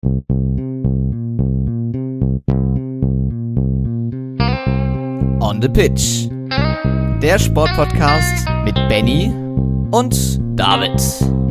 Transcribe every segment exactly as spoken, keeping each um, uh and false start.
On the Pitch, der Sportpodcast mit Benny und David.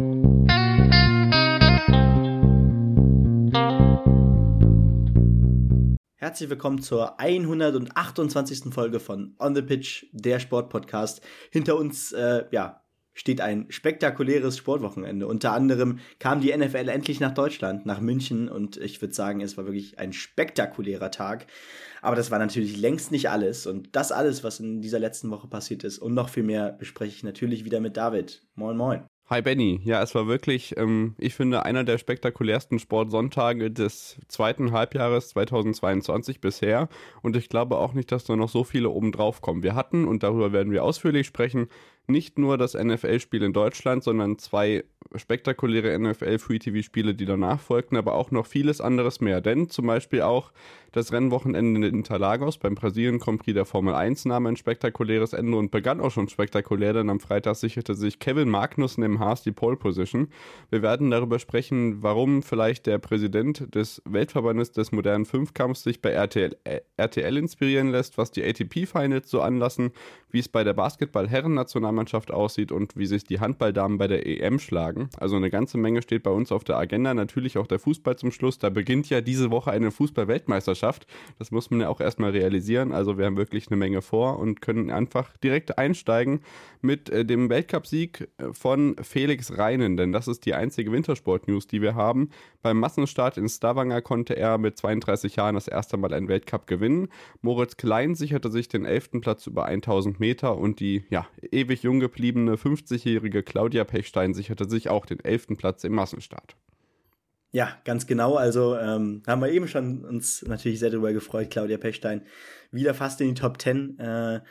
Herzlich willkommen zur hundertachtundzwanzigsten Folge von On the Pitch, der Sportpodcast. Hinter uns äh, ja, steht ein spektakuläres Sportwochenende. Unter anderem kam die N F L endlich nach Deutschland, nach München, und ich würde sagen, es war wirklich ein spektakulärer Tag. Aber das war natürlich längst nicht alles, und das alles, was in dieser letzten Woche passiert ist und noch viel mehr, bespreche ich natürlich wieder mit David. Moin, moin. Hi Benny, ja, es war wirklich, ähm, ich finde, einer der spektakulärsten Sportsonntage des zweiten Halbjahres zweitausendzweiundzwanzig bisher, und ich glaube auch nicht, dass da noch so viele obendrauf kommen. Wir hatten, und darüber werden wir ausführlich sprechen, nicht nur das N F L-Spiel in Deutschland, sondern zwei spektakuläre N F L-Free-T V-Spiele, die danach folgten, aber auch noch vieles anderes mehr. Denn zum Beispiel auch das Rennwochenende in Interlagos beim Brasilien-Grand Prix der Formel eins nahm ein spektakuläres Ende und begann auch schon spektakulär, denn am Freitag sicherte sich Kevin Magnussen im Haas die Pole Position. Wir werden darüber sprechen, warum vielleicht der Präsident des Weltverbandes des modernen Fünfkampfs sich bei R T L, äh, R T L inspirieren lässt, was die A T P-Finals so anlassen, wie es bei der Basketball-Herren-Nationalmannschaft aussieht und wie sich die Handballdamen bei der E M schlagen. Also eine ganze Menge steht bei uns auf der Agenda, natürlich auch der Fußball zum Schluss. Da beginnt ja diese Woche eine Fußball-Weltmeisterschaft. Das muss man ja auch erstmal realisieren. Also wir haben wirklich eine Menge vor und können einfach direkt einsteigen mit äh, dem Weltcup-Sieg von Felix Reinen, denn das ist die einzige Wintersport-News, die wir haben. Beim Massenstart in Stavanger konnte er mit zweiunddreißig Jahren das erste Mal einen Weltcup gewinnen. Moritz Klein sicherte sich den elften Platz über tausend Meter und die ja, ewig jung gebliebene fünfzigjährige Claudia Pechstein sicherte sich auch den elften Platz im Massenstart. Ja, ganz genau. Also ähm, haben wir eben schon uns natürlich sehr darüber gefreut, Claudia Pechstein wieder fast in die Top Ten. Äh,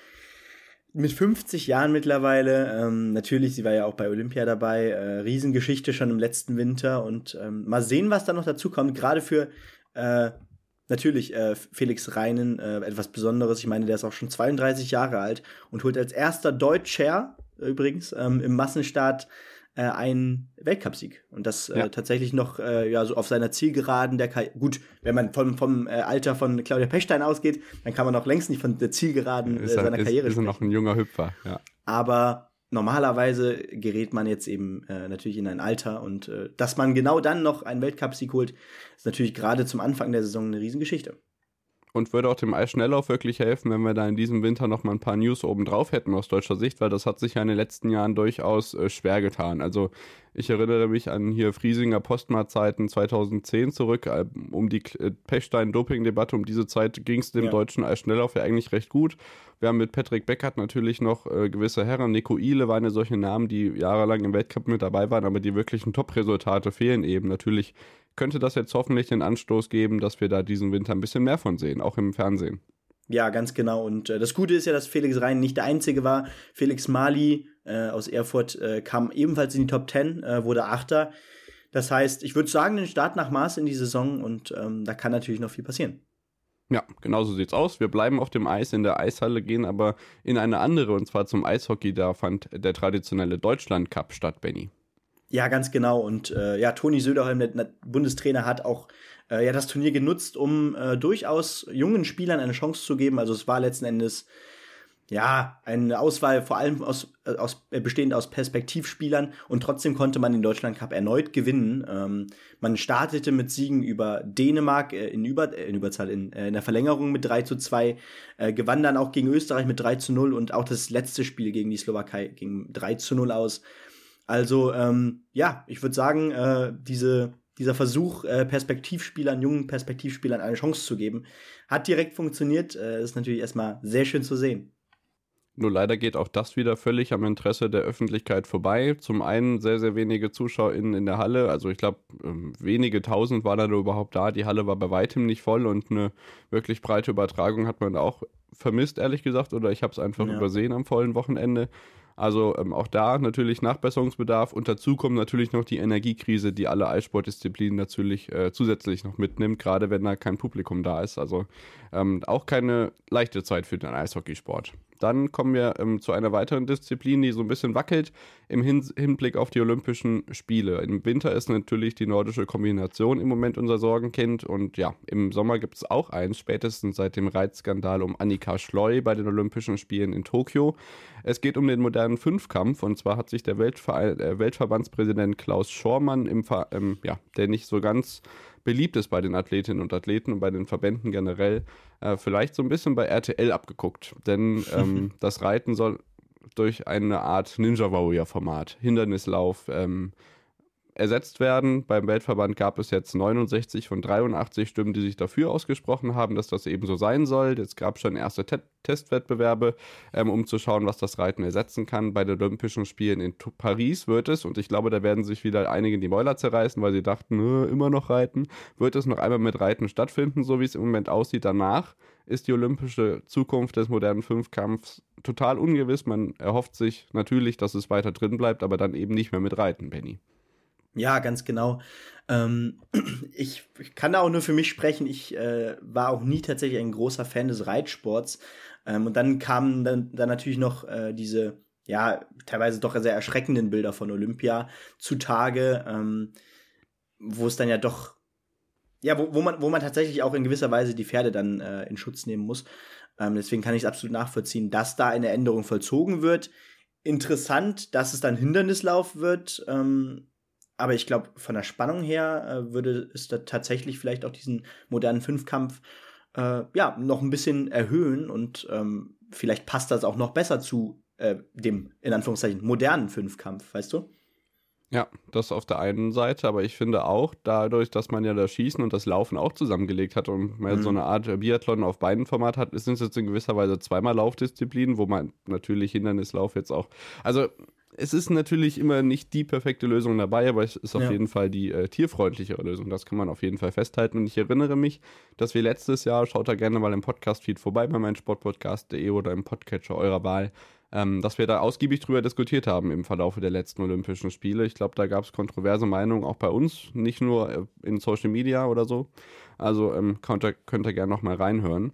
mit fünfzig Jahren mittlerweile. Ähm, natürlich, sie war ja auch bei Olympia dabei. Äh, Riesengeschichte schon im letzten Winter. Und ähm, mal sehen, was da noch dazu kommt. Gerade für äh, natürlich äh, Felix Reinen äh, etwas Besonderes. Ich meine, der ist auch schon zweiunddreißig Jahre alt und holt als erster Deutscher übrigens ähm, im Massenstart äh, einen Weltcupsieg. Und das äh, ja. tatsächlich noch äh, ja so auf seiner Zielgeraden der Karriere. Gut, wenn man vom, vom äh, Alter von Claudia Pechstein ausgeht, dann kann man noch längst nicht von der Zielgeraden äh, seiner ist, Karriere ist sprechen. Ist er noch ein junger Hüpfer, ja. Aber normalerweise gerät man jetzt eben äh, natürlich in ein Alter, und äh, dass man genau dann noch einen Weltcupsieg holt, ist natürlich gerade zum Anfang der Saison eine Riesengeschichte. Und würde auch dem Eisschnelllauf wirklich helfen, wenn wir da in diesem Winter noch mal ein paar News oben drauf hätten aus deutscher Sicht, weil das hat sich ja in den letzten Jahren durchaus äh, schwer getan. Also ich erinnere mich an hier Friesinger Postma-Zeiten zweitausendzehn zurück, äh, um die äh, Pechstein-Doping-Debatte, um diese Zeit ging es dem ja. deutschen Eisschnelllauf ja eigentlich recht gut. Wir haben mit Patrick Beckert natürlich noch äh, gewisse Herren, Nico Ihle waren ja solche Namen, die jahrelang im Weltcup mit dabei waren, aber die wirklichen Top-Resultate fehlen eben. Natürlich könnte das jetzt hoffentlich den Anstoß geben, dass wir da diesen Winter ein bisschen mehr von sehen, auch im Fernsehen. Ja, ganz genau. Und äh, das Gute ist ja, dass Felix Reinen nicht der Einzige war. Felix Mali äh, aus Erfurt äh, kam ebenfalls in die Top Ten, äh, wurde Achter. Das heißt, ich würde sagen, den Start nach Maß in die Saison, und ähm, da kann natürlich noch viel passieren. Ja, genau so sieht's aus. Wir bleiben auf dem Eis in der Eishalle, gehen aber in eine andere, und zwar zum Eishockey. Da fand der traditionelle Deutschland-Cup statt, Benny. Ja, ganz genau. Und äh, ja, Toni Söderholm, der Bundestrainer, hat auch äh, ja das Turnier genutzt, um äh, durchaus jungen Spielern eine Chance zu geben. Also es war letzten Endes ja eine Auswahl vor allem aus, äh, aus äh, bestehend aus Perspektivspielern, und trotzdem konnte man den Deutschland Cup erneut gewinnen. Ähm, man startete mit Siegen über Dänemark äh, in, Über, äh, in Überzahl in, äh, in der Verlängerung mit drei zu zwei, äh, gewann dann auch gegen Österreich mit drei zu null, und auch das letzte Spiel gegen die Slowakei ging drei zu null aus. Also, ähm, ja, ich würde sagen, äh, diese, dieser Versuch, äh, Perspektivspielern, jungen Perspektivspielern eine Chance zu geben, hat direkt funktioniert. Äh, ist natürlich erstmal sehr schön zu sehen. Nur leider geht auch das wieder völlig am Interesse der Öffentlichkeit vorbei. Zum einen sehr, sehr wenige ZuschauerInnen in der Halle. Also ich glaube, wenige tausend waren da nur überhaupt da. Die Halle war bei weitem nicht voll, und eine wirklich breite Übertragung hat man da auch vermisst, ehrlich gesagt. Oder ich habe es einfach ja. übersehen am vollen Wochenende. Also ähm, auch da natürlich Nachbesserungsbedarf und dazu kommt natürlich noch die Energiekrise, die alle Eissportdisziplinen natürlich äh, zusätzlich noch mitnimmt, gerade wenn da kein Publikum da ist. Also ähm, auch keine leichte Zeit für den Eishockeysport. Dann kommen wir ähm, zu einer weiteren Disziplin, die so ein bisschen wackelt im Hin- Hinblick auf die Olympischen Spiele. Im Winter ist natürlich die nordische Kombination im Moment unser Sorgenkind und ja, im Sommer gibt es auch eins, spätestens seit dem Reizskandal um Annika Schleu bei den Olympischen Spielen in Tokio. Es geht um den modernen Fünfkampf und zwar hat sich der Weltverein, äh, Weltverbandspräsident Klaus Schormann, im Ver- ähm, ja, der nicht so ganz beliebt ist bei den Athletinnen und Athleten und bei den Verbänden generell, äh, vielleicht so ein bisschen bei R T L abgeguckt. Denn ähm, das Reiten soll durch eine Art Ninja-Warrior-Format, Hindernislauf, ähm, ersetzt werden. Beim Weltverband gab es jetzt neunundsechzig von dreiundachtzig Stimmen, die sich dafür ausgesprochen haben, dass das eben so sein soll. Jetzt gab es schon erste Te- Testwettbewerbe, ähm, um zu schauen, was das Reiten ersetzen kann. Bei den Olympischen Spielen in T- Paris wird es, und ich glaube, da werden sich wieder einige die Mäuler zerreißen, weil sie dachten, äh, immer noch Reiten, wird es noch einmal mit Reiten stattfinden, so wie es im Moment aussieht. Danach ist die olympische Zukunft des modernen Fünfkampfs total ungewiss. Man erhofft sich natürlich, dass es weiter drin bleibt, aber dann eben nicht mehr mit Reiten, Benni. Ja, ganz genau. Ähm, ich, ich kann da auch nur für mich sprechen. Ich äh, war auch nie tatsächlich ein großer Fan des Reitsports. Ähm, und dann kamen dann, dann natürlich noch äh, diese, ja, teilweise doch sehr erschreckenden Bilder von Olympia zutage, ähm, wo es dann ja doch, ja, wo, wo man, wo man tatsächlich auch in gewisser Weise die Pferde dann äh, in Schutz nehmen muss. Ähm, deswegen kann ich es absolut nachvollziehen, dass da eine Änderung vollzogen wird. Interessant, dass es dann Hindernislauf wird. Ähm, Aber ich glaube, von der Spannung her äh, würde es da tatsächlich vielleicht auch diesen modernen Fünfkampf äh, ja, noch ein bisschen erhöhen und ähm, vielleicht passt das auch noch besser zu äh, dem, in Anführungszeichen, modernen Fünfkampf, weißt du? Ja, das auf der einen Seite, aber ich finde auch, dadurch, dass man ja das Schießen und das Laufen auch zusammengelegt hat und man mhm. so eine Art Biathlon auf beiden Format hat, sind es jetzt in gewisser Weise zweimal Laufdisziplinen, wo man natürlich Hindernislauf jetzt auch, also es ist natürlich immer nicht die perfekte Lösung dabei, aber es ist auf ja. jeden Fall die äh, tierfreundlichere Lösung. Das kann man auf jeden Fall festhalten. Und ich erinnere mich, dass wir letztes Jahr, schaut da gerne mal im Podcast-Feed vorbei bei meinsportpodcast punkt de oder im Podcatcher eurer Wahl, ähm, dass wir da ausgiebig drüber diskutiert haben im Verlauf der letzten Olympischen Spiele. Ich glaube, da gab es kontroverse Meinungen auch bei uns, nicht nur äh, in Social Media oder so. Also ähm, könnt ihr, könnt ihr gerne nochmal reinhören.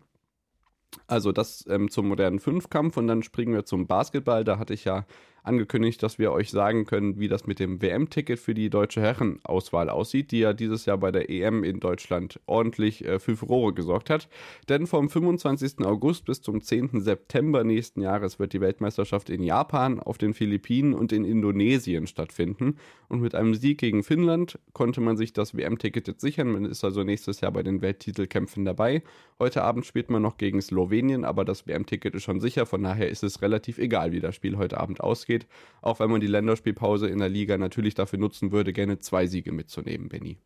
Also das ähm, zum modernen Fünfkampf und dann springen wir zum Basketball. Da hatte ich ja angekündigt, dass wir euch sagen können, wie das mit dem W M-Ticket für die deutsche Herrenauswahl aussieht, die ja dieses Jahr bei der E M in Deutschland ordentlich äh, für Furore gesorgt hat. Denn vom fünfundzwanzigsten August bis zum zehnten September nächsten Jahres wird die Weltmeisterschaft in Japan, auf den Philippinen und in Indonesien stattfinden. Und mit einem Sieg gegen Finnland konnte man sich das W M-Ticket jetzt sichern. Man ist also nächstes Jahr bei den Welttitelkämpfen dabei. Heute Abend spielt man noch gegen Slowenien, aber das W M-Ticket ist schon sicher. Von daher ist es relativ egal, wie das Spiel heute Abend ausgeht. Auch wenn man die Länderspielpause in der Liga natürlich dafür nutzen würde, gerne zwei Siege mitzunehmen, Benni.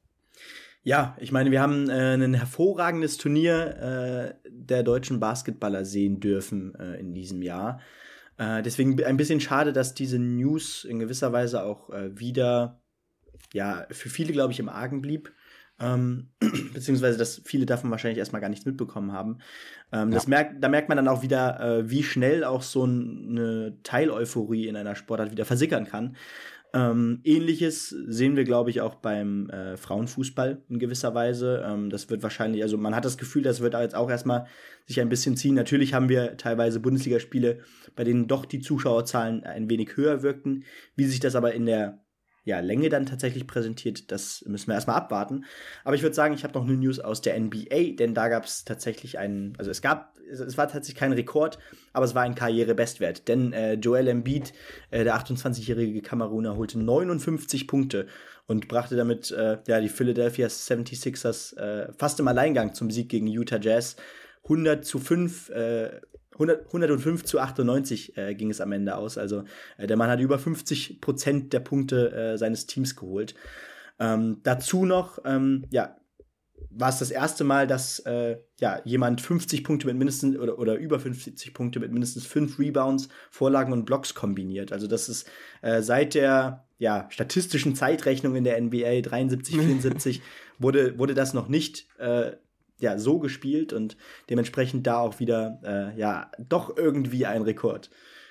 Ja, ich meine, wir haben äh, ein hervorragendes Turnier äh, der deutschen Basketballer sehen dürfen äh, in diesem Jahr. Äh, deswegen ein bisschen schade, dass diese News in gewisser Weise auch äh, wieder, ja, für viele, glaube ich, im Argen blieb. Ähm, beziehungsweise, dass viele davon wahrscheinlich erstmal gar nichts mitbekommen haben. Ähm, ja. das merkt, da merkt man dann auch wieder, äh, wie schnell auch so eine Teileuphorie in einer Sportart wieder versickern kann. Ähm, Ähnliches sehen wir, glaube ich, auch beim äh, Frauenfußball in gewisser Weise. Ähm, das wird wahrscheinlich, also man hat das Gefühl, das wird jetzt auch erstmal sich ein bisschen ziehen. Natürlich haben wir teilweise Bundesligaspiele, bei denen doch die Zuschauerzahlen ein wenig höher wirkten. Wie sich das aber in der ja, Länge dann tatsächlich präsentiert, das müssen wir erstmal abwarten. Aber ich würde sagen, ich habe noch eine News aus der N B A, denn da gab es tatsächlich einen, also es gab, es war tatsächlich kein Rekord, aber es war ein Karrierebestwert. Denn äh, Joel Embiid, äh, der achtundzwanzigjährige Kameruner, holte neunundfünfzig Punkte und brachte damit äh, ja, die Philadelphia seventy-sixers äh, fast im Alleingang zum Sieg gegen Utah Jazz. hundert zu fünf, äh, hundert, hundertfünf zu achtundneunzig äh, ging es am Ende aus. Also äh, der Mann hat über fünfzig Prozent der Punkte äh, seines Teams geholt. Ähm, dazu noch, ähm, ja, war es das erste Mal, dass äh, ja jemand fünfzig Punkte mit mindestens oder, oder über fünfzig Punkte mit mindestens fünf Rebounds, Vorlagen und Blocks kombiniert. Also das ist äh, seit der ja statistischen Zeitrechnung in der N B A dreiundsiebzig, vierundsiebzig wurde wurde das noch nicht äh, ja so gespielt und dementsprechend da auch wieder äh, ja doch irgendwie ein Rekord.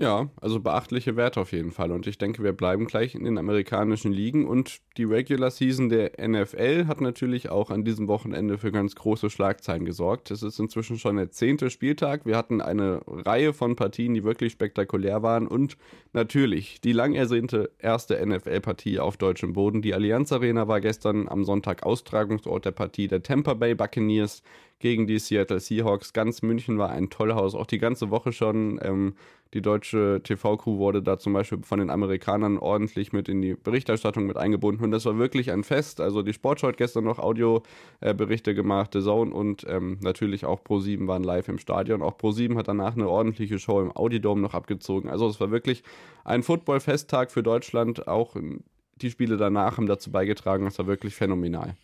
Ja, also beachtliche Werte auf jeden Fall. Und ich denke, wir bleiben gleich in den amerikanischen Ligen. Und die Regular Season der N F L hat natürlich auch an diesem Wochenende für ganz große Schlagzeilen gesorgt. Es ist inzwischen schon der zehnte Spieltag. Wir hatten eine Reihe von Partien, die wirklich spektakulär waren. Und natürlich die lang ersehnte erste N F L-Partie auf deutschem Boden. Die Allianz Arena war gestern am Sonntag Austragungsort der Partie der Tampa Bay Buccaneers gegen die Seattle Seahawks. Ganz München war ein Tollhaus, auch die ganze Woche schon. Ähm, die deutsche T V-Crew wurde da zum Beispiel von den Amerikanern ordentlich mit in die Berichterstattung mit eingebunden. Und das war wirklich ein Fest. Also die Sportschau hat gestern noch Audioberichte äh, gemacht, The Zone und ähm, natürlich auch ProSieben waren live im Stadion. Auch ProSieben hat danach eine ordentliche Show im Audi-Dome noch abgezogen. Also es war wirklich ein Football-Festtag für Deutschland. Auch die Spiele danach haben dazu beigetragen. Das war wirklich phänomenal.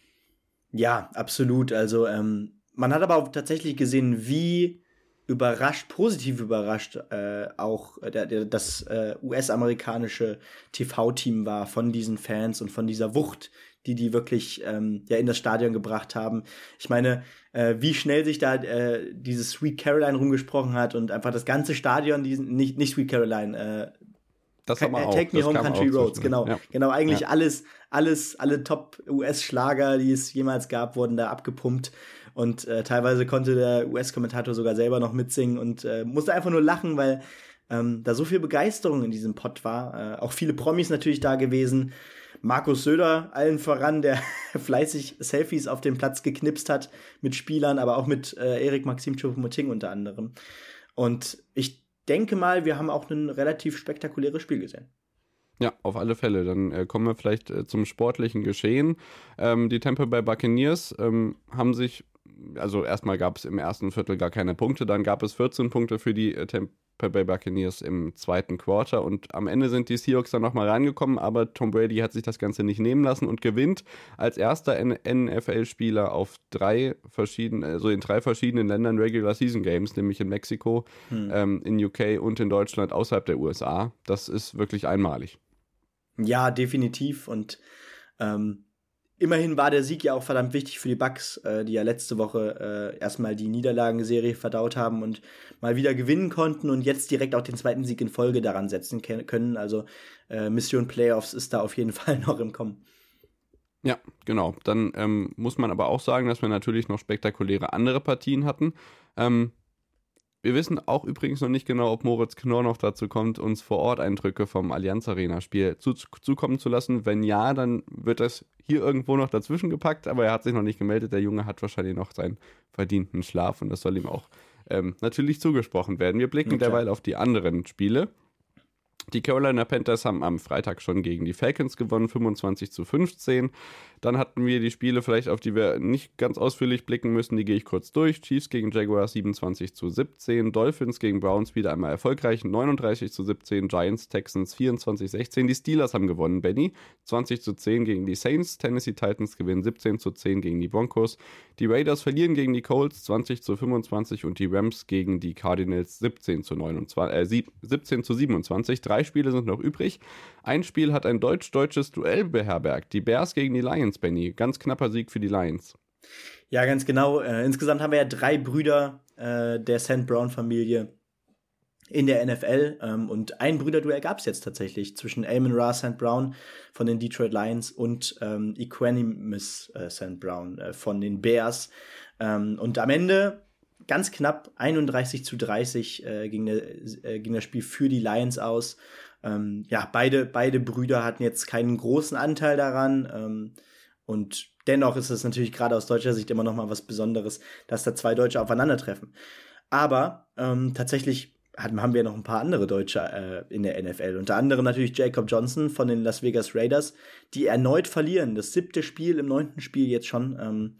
Ja, absolut. Also ähm man hat aber auch tatsächlich gesehen, wie überrascht, positiv überrascht äh, auch der, der, das äh, U S-amerikanische T V-Team war von diesen Fans und von dieser Wucht, die die wirklich ähm, ja in das Stadion gebracht haben. Ich meine, äh, wie schnell sich da äh, dieses Sweet Caroline rumgesprochen hat und einfach das ganze Stadion, diesen, nicht, nicht Sweet Caroline, äh, Das haben wir auch. Take Me das Home Country Roads, genau. Ja. Genau, eigentlich ja. alles, alles, alle Top-U S-Schlager, die es jemals gab, wurden da abgepumpt. Und äh, teilweise konnte der U S-Kommentator sogar selber noch mitsingen und äh, musste einfach nur lachen, weil ähm, da so viel Begeisterung in diesem Pott war. Äh, auch viele Promis natürlich da gewesen. Markus Söder allen voran, der fleißig Selfies auf dem Platz geknipst hat mit Spielern, aber auch mit äh, Erik Maxim Choupo-Moting unter anderem. Und ich denke mal, wir haben auch ein relativ spektakuläres Spiel gesehen. Ja, auf alle Fälle. Dann äh, kommen wir vielleicht äh, zum sportlichen Geschehen. Ähm, die Tampa Bay Buccaneers ähm, haben sich, also erstmal gab es im ersten Viertel gar keine Punkte, dann gab es vierzehn Punkte für die äh, Tampa Bay Buccaneers im zweiten Quarter und am Ende sind die Seahawks dann nochmal reingekommen, aber Tom Brady hat sich das Ganze nicht nehmen lassen und gewinnt als erster N F L-Spieler auf drei verschiedenen, also in drei verschiedenen Ländern Regular Season Games, nämlich in Mexiko, hm. ähm, in U K und in Deutschland außerhalb der U S A. Das ist wirklich einmalig. Ja, definitiv. Und ähm, immerhin war der Sieg ja auch verdammt wichtig für die Bucks, äh, die ja letzte Woche äh, erstmal die Niederlagenserie verdaut haben und mal wieder gewinnen konnten und jetzt direkt auch den zweiten Sieg in Folge daran setzen ke- können. Also äh, Mission Playoffs ist da auf jeden Fall noch im Kommen. Ja, genau. Dann ähm, muss man aber auch sagen, dass wir natürlich noch spektakuläre andere Partien hatten. Ähm, Wir wissen auch übrigens noch nicht genau, ob Moritz Knorr noch dazu kommt, uns vor Ort Eindrücke vom Allianz Arena Spiel zu, zukommen zu lassen. Wenn ja, dann wird das hier irgendwo noch dazwischen gepackt, aber er hat sich noch nicht gemeldet. Der Junge hat wahrscheinlich noch seinen verdienten Schlaf und das soll ihm auch ähm, natürlich zugesprochen werden. Wir blicken okay. derweil auf die anderen Spiele. Die Carolina Panthers haben am Freitag schon gegen die Falcons gewonnen, fünfundzwanzig zu fünfzehn. Dann hatten wir die Spiele vielleicht, auf die wir nicht ganz ausführlich blicken müssen, die gehe ich kurz durch. Chiefs gegen Jaguars siebenundzwanzig zu siebzehn, Dolphins gegen Browns wieder einmal erfolgreich, neununddreißig zu siebzehn, Giants, Texans vierundzwanzig zu sechzehn. Die Steelers haben gewonnen, Benny, zwanzig zu zehn gegen die Saints, Tennessee Titans gewinnen siebzehn zu zehn gegen die Broncos. Die Raiders verlieren gegen die Colts zwanzig zu fünfundzwanzig und die Rams gegen die Cardinals siebzehn zu neunundzwanzig, äh, siebzehn zu siebenundzwanzig. Drei Spiele sind noch übrig. Ein Spiel hat ein deutsch-deutsches Duell beherbergt. Die Bears gegen die Lions, Benny. Ganz knapper Sieg für die Lions. Ja, ganz genau. Äh, insgesamt haben wir ja drei Brüder äh, der Saint Brown-Familie in der N F L. Ähm, und ein Brüderduell gab es jetzt tatsächlich zwischen Amon-Ra Saint Brown von den Detroit Lions und ähm, Equanimeous äh, Saint Brown äh, von den Bears. Ähm, und am Ende ganz knapp einunddreißig zu dreißig äh, ging, der, äh, ging das Spiel für die Lions aus. Ähm, ja, beide, beide Brüder hatten jetzt keinen großen Anteil daran. Ähm, und dennoch ist es natürlich gerade aus deutscher Sicht immer noch mal was Besonderes, dass da zwei Deutsche aufeinandertreffen. Aber ähm, tatsächlich haben wir noch ein paar andere Deutsche äh, in der N F L. Unter anderem natürlich Jacob Johnson von den Las Vegas Raiders, die erneut verlieren. Das siebte Spiel im neunten Spiel jetzt schon. Ähm,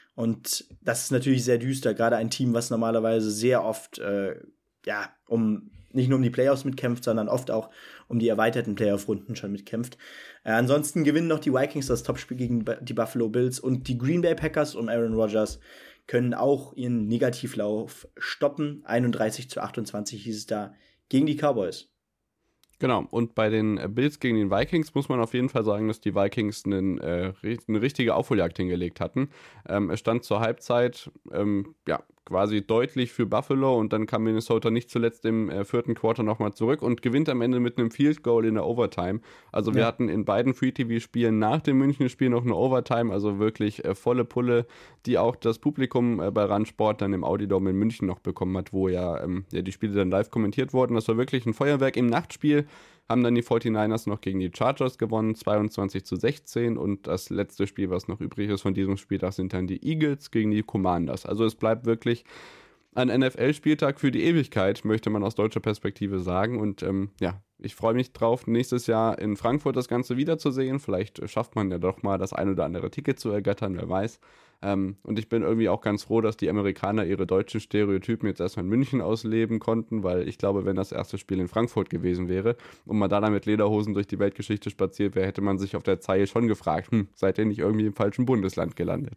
und das ist natürlich sehr düster. Gerade ein Team, was normalerweise sehr oft äh, ja um nicht nur um die Playoffs mitkämpft, sondern oft auch um die erweiterten Playoff-Runden schon mitkämpft. Äh, ansonsten gewinnen noch die Vikings das Topspiel gegen die Buffalo Bills und die Green Bay Packers um Aaron Rodgers können auch ihren Negativlauf stoppen. einunddreißig zu achtundzwanzig hieß es da gegen die Cowboys. Genau, und bei den Bills gegen den Vikings muss man auf jeden Fall sagen, dass die Vikings einen, äh, eine richtige Aufholjagd hingelegt hatten. Ähm, es stand zur Halbzeit ähm, ja, quasi deutlich für Buffalo und dann kam Minnesota nicht zuletzt im äh, vierten Quarter nochmal zurück und gewinnt am Ende mit einem Field Goal in der Overtime. Also ja. wir hatten in beiden Free-T V-Spielen nach dem München-Spiel noch eine Overtime, also wirklich äh, volle Pulle, die auch das Publikum äh, bei Randsport dann im Audi-Dome in München noch bekommen hat, wo ja, ähm, ja die Spiele dann live kommentiert wurden. Das war wirklich ein Feuerwerk. Im Nachtspiel haben dann die forty-niners noch gegen die Chargers gewonnen, zweiundzwanzig zu sechzehn und das letzte Spiel, was noch übrig ist von diesem Spieltag, sind dann die Eagles gegen die Commanders. Also es bleibt wirklich ein N F L-Spieltag für die Ewigkeit, möchte man aus deutscher Perspektive sagen und ähm, ja, ich freue mich drauf, nächstes Jahr in Frankfurt das Ganze wiederzusehen. Vielleicht schafft man ja doch mal das ein oder andere Ticket zu ergattern, wer weiß. Ähm, und ich bin irgendwie auch ganz froh, dass die Amerikaner ihre deutschen Stereotypen jetzt erstmal in München ausleben konnten, weil ich glaube, wenn das erste Spiel in Frankfurt gewesen wäre und man da dann mit Lederhosen durch die Weltgeschichte spaziert wäre, hätte man sich auf der Zeile schon gefragt, hm, seid ihr nicht irgendwie im falschen Bundesland gelandet?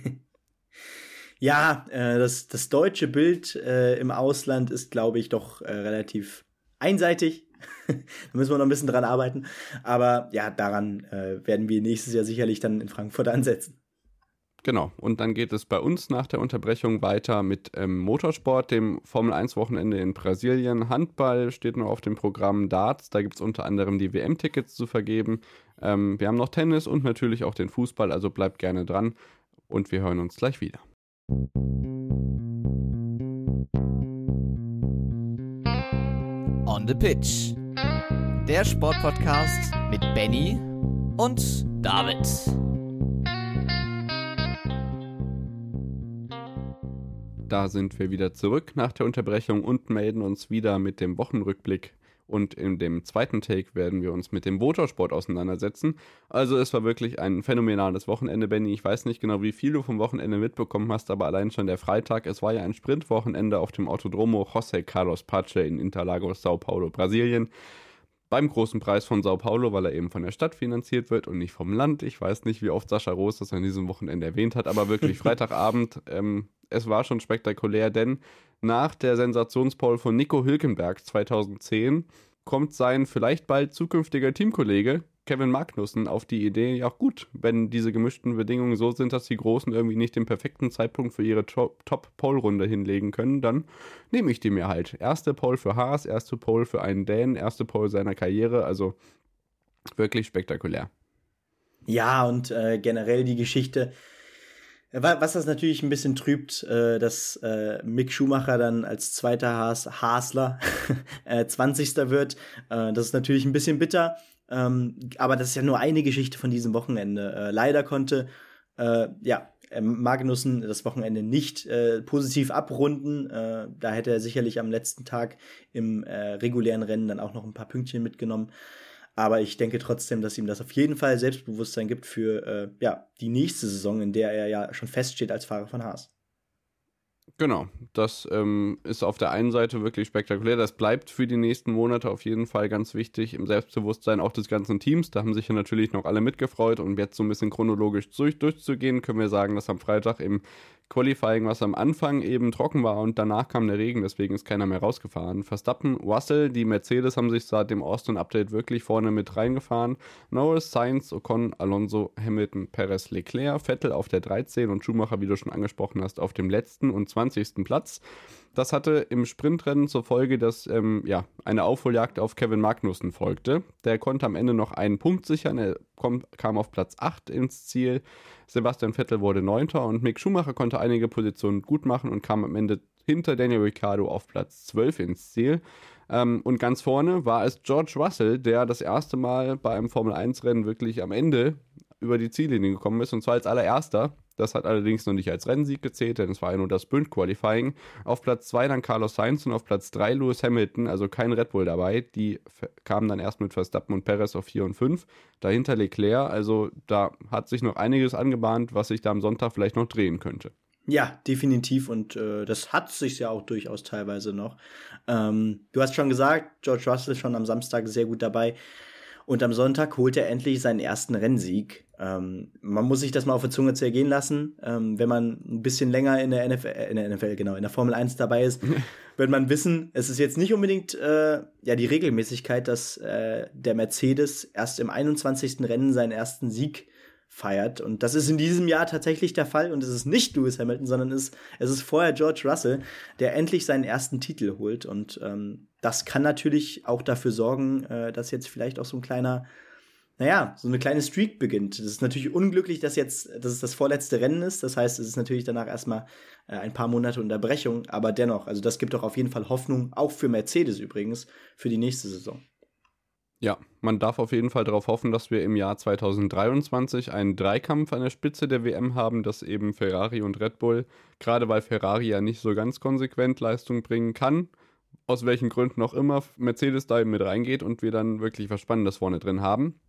Ja, äh, das, das deutsche Bild äh, im Ausland ist, glaube ich, doch äh, relativ einseitig. Da müssen wir noch ein bisschen dran arbeiten. Aber ja, daran äh, werden wir nächstes Jahr sicherlich dann in Frankfurt ansetzen. Genau, und dann geht es bei uns nach der Unterbrechung weiter mit ähm, Motorsport, dem Formel eins Wochenende in Brasilien. Handball steht noch auf dem Programm, Darts, da gibt es unter anderem die W M-Tickets zu vergeben. Ähm, wir haben noch Tennis und natürlich auch den Fußball, also bleibt gerne dran und wir hören uns gleich wieder. On the Pitch, der Sportpodcast mit Benny und David. Da sind wir wieder zurück nach der Unterbrechung und melden uns wieder mit dem Wochenrückblick. Und in dem zweiten Take werden wir uns mit dem Motorsport auseinandersetzen. Also es war wirklich ein phänomenales Wochenende, Benny. Ich weiß nicht genau, wie viel du vom Wochenende mitbekommen hast, aber allein schon der Freitag. Es war ja ein Sprintwochenende auf dem Autodromo José Carlos Pache in Interlagos, Sao Paulo, Brasilien. Beim großen Preis von Sao Paulo, weil er eben von der Stadt finanziert wird und nicht vom Land. Ich weiß nicht, wie oft Sascha Roos das an diesem Wochenende erwähnt hat, aber wirklich Freitagabend, ähm, es war schon spektakulär, denn nach der Sensationspole von Nico Hülkenberg zweitausendzehn kommt sein vielleicht bald zukünftiger Teamkollege Kevin Magnussen auf die Idee, ja gut, wenn diese gemischten Bedingungen so sind, dass die Großen irgendwie nicht den perfekten Zeitpunkt für ihre Top-Pole-Runde hinlegen können, dann nehme ich die mir halt. Erste Pole für Haas, erste Pole für einen Dänen, erste Pole seiner Karriere, also wirklich spektakulär. Ja, und äh, generell die Geschichte, was das natürlich ein bisschen trübt, äh, dass äh, Mick Schumacher dann als zweiter Haas, Haasler äh, zwanzigster wird. Äh, das ist natürlich ein bisschen bitter, ähm, aber das ist ja nur eine Geschichte von diesem Wochenende. Äh, leider konnte äh, ja Magnussen das Wochenende nicht äh, positiv abrunden. Äh, da hätte er sicherlich am letzten Tag im äh, regulären Rennen dann auch noch ein paar Pünktchen mitgenommen. Aber ich denke trotzdem, dass ihm das auf jeden Fall Selbstbewusstsein gibt für äh, ja, die nächste Saison, in der er ja schon feststeht als Fahrer von Haas. Genau, das ähm, ist auf der einen Seite wirklich spektakulär. Das bleibt für die nächsten Monate auf jeden Fall ganz wichtig im Selbstbewusstsein auch des ganzen Teams. Da haben sich ja natürlich noch alle mitgefreut. Und jetzt so ein bisschen chronologisch durch, durchzugehen, können wir sagen, dass am Freitag im Qualifying, was am Anfang eben trocken war und danach kam der Regen, deswegen ist keiner mehr rausgefahren. Verstappen, Russell, die Mercedes haben sich seit dem Austin-Update wirklich vorne mit reingefahren. Norris, Sainz, Ocon, Alonso, Hamilton, Perez, Leclerc, Vettel auf der dreizehn und Schumacher, wie du schon angesprochen hast, auf dem letzten und zwanzigsten Platz. Das hatte im Sprintrennen zur Folge, dass ähm, ja, eine Aufholjagd auf Kevin Magnussen folgte. Der konnte am Ende noch einen Punkt sichern, er kom- kam auf Platz acht ins Ziel. Sebastian Vettel wurde neunter und Mick Schumacher konnte einige Positionen gut machen und kam am Ende hinter Daniel Ricciardo auf Platz zwölf ins Ziel. Ähm, und ganz vorne war es George Russell, der das erste Mal bei einem Formel eins Rennen wirklich am Ende über die Ziellinie gekommen ist, und zwar als allererster. Das hat allerdings noch nicht als Rennsieg gezählt, denn es war ja nur das Sprint-Qualifying. Auf Platz zwei dann Carlos Sainz und auf Platz drei Lewis Hamilton, also kein Red Bull dabei. Die kamen dann erst mit Verstappen und Perez auf vier und fünf. Dahinter Leclerc, also da hat sich noch einiges angebahnt, was sich da am Sonntag vielleicht noch drehen könnte. Ja, definitiv, und äh, das hat sich ja auch durchaus teilweise noch. Ähm, du hast schon gesagt, George Russell ist schon am Samstag sehr gut dabei. Und am Sonntag holt er endlich seinen ersten Rennsieg. Ähm, man muss sich das mal auf der Zunge zergehen lassen. Ähm, wenn man ein bisschen länger in der N F L, in der N F L, genau, in der Formel eins dabei ist, wird man wissen, es ist jetzt nicht unbedingt äh, ja die Regelmäßigkeit, dass äh, der Mercedes erst im einundzwanzigsten Rennen seinen ersten Sieg feiert. Und das ist in diesem Jahr tatsächlich der Fall. Und es ist nicht Lewis Hamilton, sondern es, es ist vorher George Russell, der endlich seinen ersten Titel holt. Und ähm, das kann natürlich auch dafür sorgen, äh, dass jetzt vielleicht auch so ein kleiner, naja, so eine kleine Streak beginnt. Das ist natürlich unglücklich, dass jetzt, dass es das vorletzte Rennen ist. Das heißt, es ist natürlich danach erstmal äh, ein paar Monate Unterbrechung. Aber dennoch, also das gibt doch auf jeden Fall Hoffnung, auch für Mercedes übrigens, für die nächste Saison. Ja, man darf auf jeden Fall darauf hoffen, dass wir im Jahr zweitausenddreiundzwanzig einen Dreikampf an der Spitze der W M haben, dass eben Ferrari und Red Bull, gerade weil Ferrari ja nicht so ganz konsequent Leistung bringen kann, aus welchen Gründen auch immer, Mercedes da eben mit reingeht und wir dann wirklich was Spannendes vorne drin haben.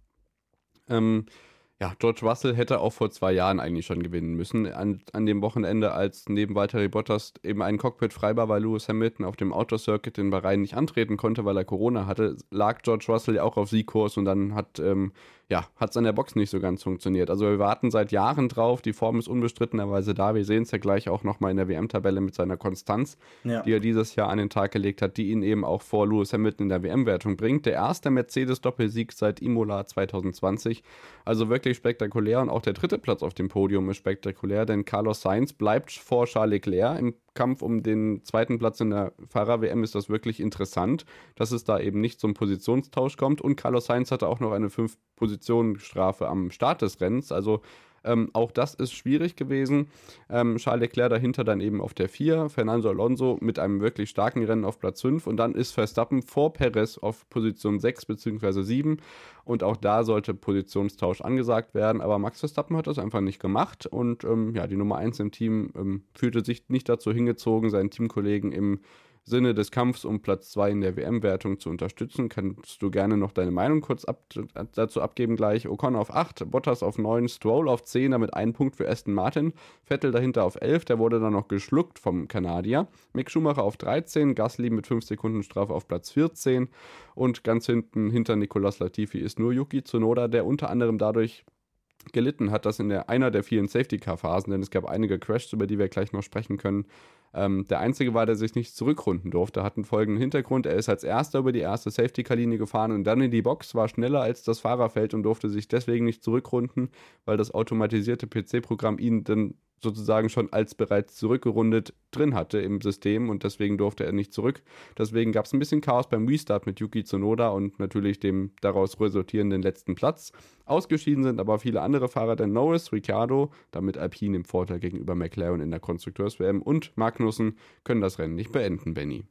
Ähm, ja, George Russell hätte auch vor zwei Jahren eigentlich schon gewinnen müssen. An, an dem Wochenende, als neben Valtteri Bottas eben ein Cockpit frei war, weil Lewis Hamilton auf dem Outdoor-Circuit in Bahrain nicht antreten konnte, weil er Corona hatte, lag George Russell ja auch auf Siegkurs und dann hat ähm, ja, hat es an der Box nicht so ganz funktioniert. Also wir warten seit Jahren drauf, die Form ist unbestrittenerweise da, wir sehen es ja gleich auch nochmal in der W M-Tabelle mit seiner Konstanz, ja. die er dieses Jahr an den Tag gelegt hat, die ihn eben auch vor Lewis Hamilton in der W M-Wertung bringt. Der erste Mercedes-Doppelsieg seit Imola zwanzig zwanzig, also wirklich spektakulär und auch der dritte Platz auf dem Podium ist spektakulär, denn Carlos Sainz bleibt vor Charles Leclerc im Kampf um den zweiten Platz in der Fahrer-W M ist das wirklich interessant, dass es da eben nicht zum Positionstausch kommt und Carlos Sainz hatte auch noch eine fünf-Positionen-Strafe am Start des Rennens, also ähm, auch das ist schwierig gewesen. Ähm, Charles Leclerc dahinter dann eben auf der vier, Fernando Alonso mit einem wirklich starken Rennen auf Platz fünf und dann ist Verstappen vor Perez auf Position sechs bzw. sieben und auch da sollte Positionstausch angesagt werden, aber Max Verstappen hat das einfach nicht gemacht und ähm, ja, die Nummer eins im Team ähm, fühlte sich nicht dazu hingezogen, seinen Teamkollegen im Sinne des Kampfs um Platz zwei in der W M-Wertung zu unterstützen. Kannst du gerne noch deine Meinung kurz ab, dazu abgeben gleich. Ocon auf acht, Bottas auf neun, Stroll auf zehn, damit ein Punkt für Aston Martin. Vettel dahinter auf elf, der wurde dann noch geschluckt vom Kanadier. Mick Schumacher auf dreizehn, Gasly mit fünf Sekunden Strafe auf Platz vierzehn und ganz hinten hinter Nicolas Latifi ist nur Yuki Tsunoda, der unter anderem dadurch gelitten hat, dass in der, einer der vielen Safety-Car-Phasen, denn es gab einige Crashs, über die wir gleich noch sprechen können, ähm, der einzige war, der sich nicht zurückrunden durfte, hat einen folgenden Hintergrund, er ist als erster über die erste Safety-Car-Linie gefahren und dann in die Box, war schneller als das Fahrerfeld und durfte sich deswegen nicht zurückrunden, weil das automatisierte P C-Programm ihn dann sozusagen schon als bereits zurückgerundet drin hatte im System und deswegen durfte er nicht zurück. Deswegen gab es ein bisschen Chaos beim Restart mit Yuki Tsunoda und natürlich dem daraus resultierenden letzten Platz. Ausgeschieden sind aber viele andere Fahrer, denn Norris, Ricciardo, damit Alpine im Vorteil gegenüber McLaren in der Konstrukteurs-W M und Magnussen können das Rennen nicht beenden, Benny.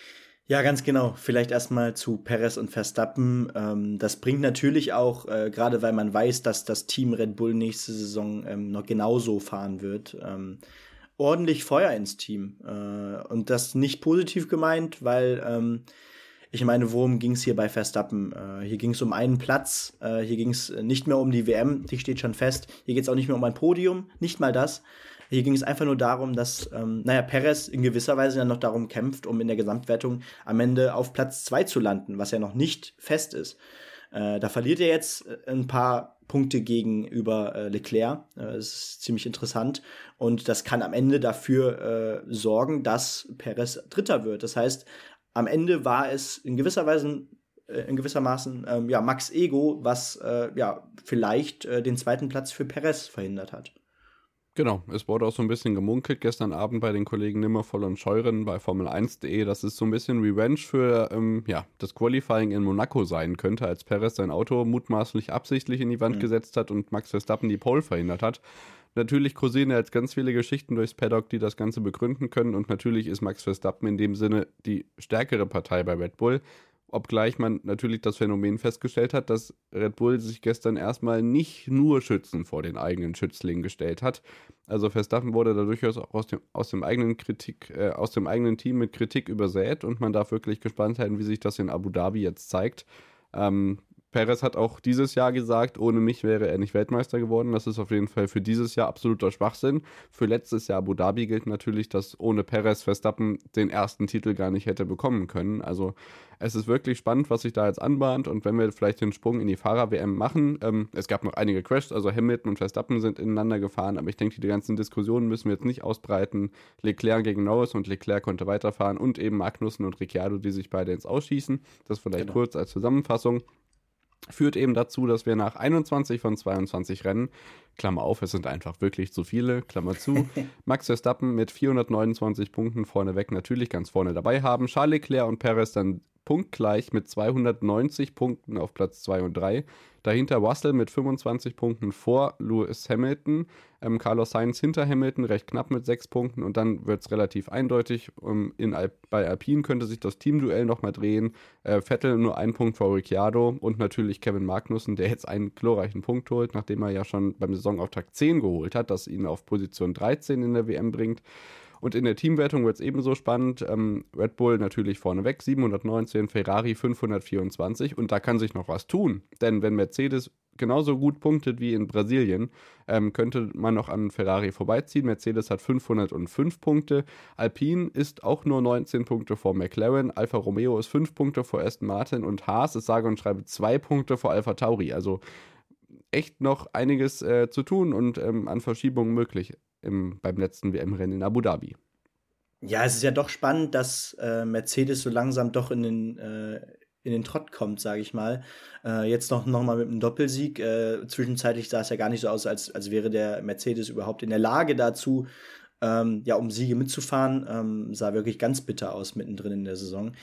Ja, ganz genau. Vielleicht erstmal zu Perez und Verstappen. Ähm, das bringt natürlich auch, äh, gerade weil man weiß, dass das Team Red Bull nächste Saison ähm, noch genauso fahren wird, ähm, ordentlich Feuer ins Team. Äh, und das nicht positiv gemeint, weil ähm, ich meine, worum ging es hier bei Verstappen? Äh, hier ging es um einen Platz, äh, hier ging es nicht mehr um die W M, die steht schon fest. Hier geht es auch nicht mehr um ein Podium, nicht mal das. Hier ging es einfach nur darum, dass, ähm, naja, Perez in gewisser Weise dann noch darum kämpft, um in der Gesamtwertung am Ende auf Platz zwei zu landen, was ja noch nicht fest ist. Äh, da verliert er jetzt ein paar Punkte gegenüber äh, Leclerc. Äh, das ist ziemlich interessant. Und das kann am Ende dafür äh, sorgen, dass Perez Dritter wird. Das heißt, am Ende war es in gewisser Weise äh, in gewissermaßen ähm, ja, Max Ego, was äh, ja vielleicht äh, den zweiten Platz für Perez verhindert hat. Genau, es wurde auch so ein bisschen gemunkelt gestern Abend bei den Kollegen Nimmervoll und Scheuren bei Formel eins punkt de, dass es so ein bisschen Revenge für ähm, ja, das Qualifying in Monaco sein könnte, als Perez sein Auto mutmaßlich absichtlich in die Wand mhm. gesetzt hat und Max Verstappen die Pole verhindert hat. Natürlich kursieren jetzt ganz viele Geschichten durchs Paddock, die das Ganze begründen können und natürlich ist Max Verstappen in dem Sinne die stärkere Partei bei Red Bull. Obgleich man natürlich das Phänomen festgestellt hat, dass Red Bull sich gestern erstmal nicht nur schützen vor den eigenen Schützlingen gestellt hat. Also Verstappen wurde da durchaus auch aus dem, aus dem eigenen Kritik, äh, aus dem eigenen Team mit Kritik übersät und man darf wirklich gespannt sein, wie sich das in Abu Dhabi jetzt zeigt. Ähm, Perez hat auch dieses Jahr gesagt, ohne mich wäre er nicht Weltmeister geworden. Das ist auf jeden Fall für dieses Jahr absoluter Schwachsinn. Für letztes Jahr Abu Dhabi gilt natürlich, dass ohne Perez Verstappen den ersten Titel gar nicht hätte bekommen können. Also es ist wirklich spannend, was sich da jetzt anbahnt. Und wenn wir vielleicht den Sprung in die Fahrer-W M machen, ähm, es gab noch einige Crashs, also Hamilton und Verstappen sind ineinander gefahren, aber ich denke, die ganzen Diskussionen müssen wir jetzt nicht ausbreiten. Leclerc gegen Norris und Leclerc konnte weiterfahren und eben Magnussen und Ricciardo, die sich beide ins Ausschießen. Das vielleicht genau. kurz als Zusammenfassung. führt eben dazu, dass wir nach einundzwanzig von zweiundzwanzig Rennen, Klammer auf, es sind einfach wirklich zu viele, Klammer zu, Max Verstappen mit vierhundertneunundzwanzig Punkten vorneweg natürlich ganz vorne dabei haben, Charles Leclerc und Perez dann punktgleich mit zweihundertneunzig Punkten auf Platz zwei und drei. Dahinter Russell mit fünfundzwanzig Punkten vor Lewis Hamilton. Ähm, Carlos Sainz hinter Hamilton, recht knapp mit sechs Punkten. Und dann wird es relativ eindeutig. Um, in Al- bei Alpine könnte sich das Teamduell nochmal drehen. Äh, Vettel nur ein Punkt vor Ricciardo. Und natürlich Kevin Magnussen, der jetzt einen glorreichen Punkt holt, nachdem er ja schon beim Saisonauftakt zehn geholt hat, das ihn auf Position dreizehn in der W M bringt. Und in der Teamwertung wird es ebenso spannend. Ähm, Red Bull natürlich vorneweg, siebenhundertneunzehn, Ferrari fünfhundertvierundzwanzig. Und da kann sich noch was tun. Denn wenn Mercedes genauso gut punktet wie in Brasilien, ähm, könnte man noch an Ferrari vorbeiziehen. Mercedes hat fünfhundertfünf Punkte. Alpine ist auch nur neunzehn Punkte vor McLaren. Alfa Romeo ist fünf Punkte vor Aston Martin. Und Haas ist sage und schreibe zwei Punkte vor Alfa Tauri. Also echt noch einiges äh, zu tun und ähm, an Verschiebungen möglich. Im, beim letzten W M-Rennen in Abu Dhabi. Ja, es ist ja doch spannend, dass äh, Mercedes so langsam doch in den, äh, in den Trott kommt, sage ich mal. Äh, jetzt noch, noch mal mit einem Doppelsieg. Äh, zwischenzeitlich sah es ja gar nicht so aus, als, als wäre der Mercedes überhaupt in der Lage dazu, ähm, ja, um Siege mitzufahren. Ähm, sah wirklich ganz bitter aus mittendrin in der Saison.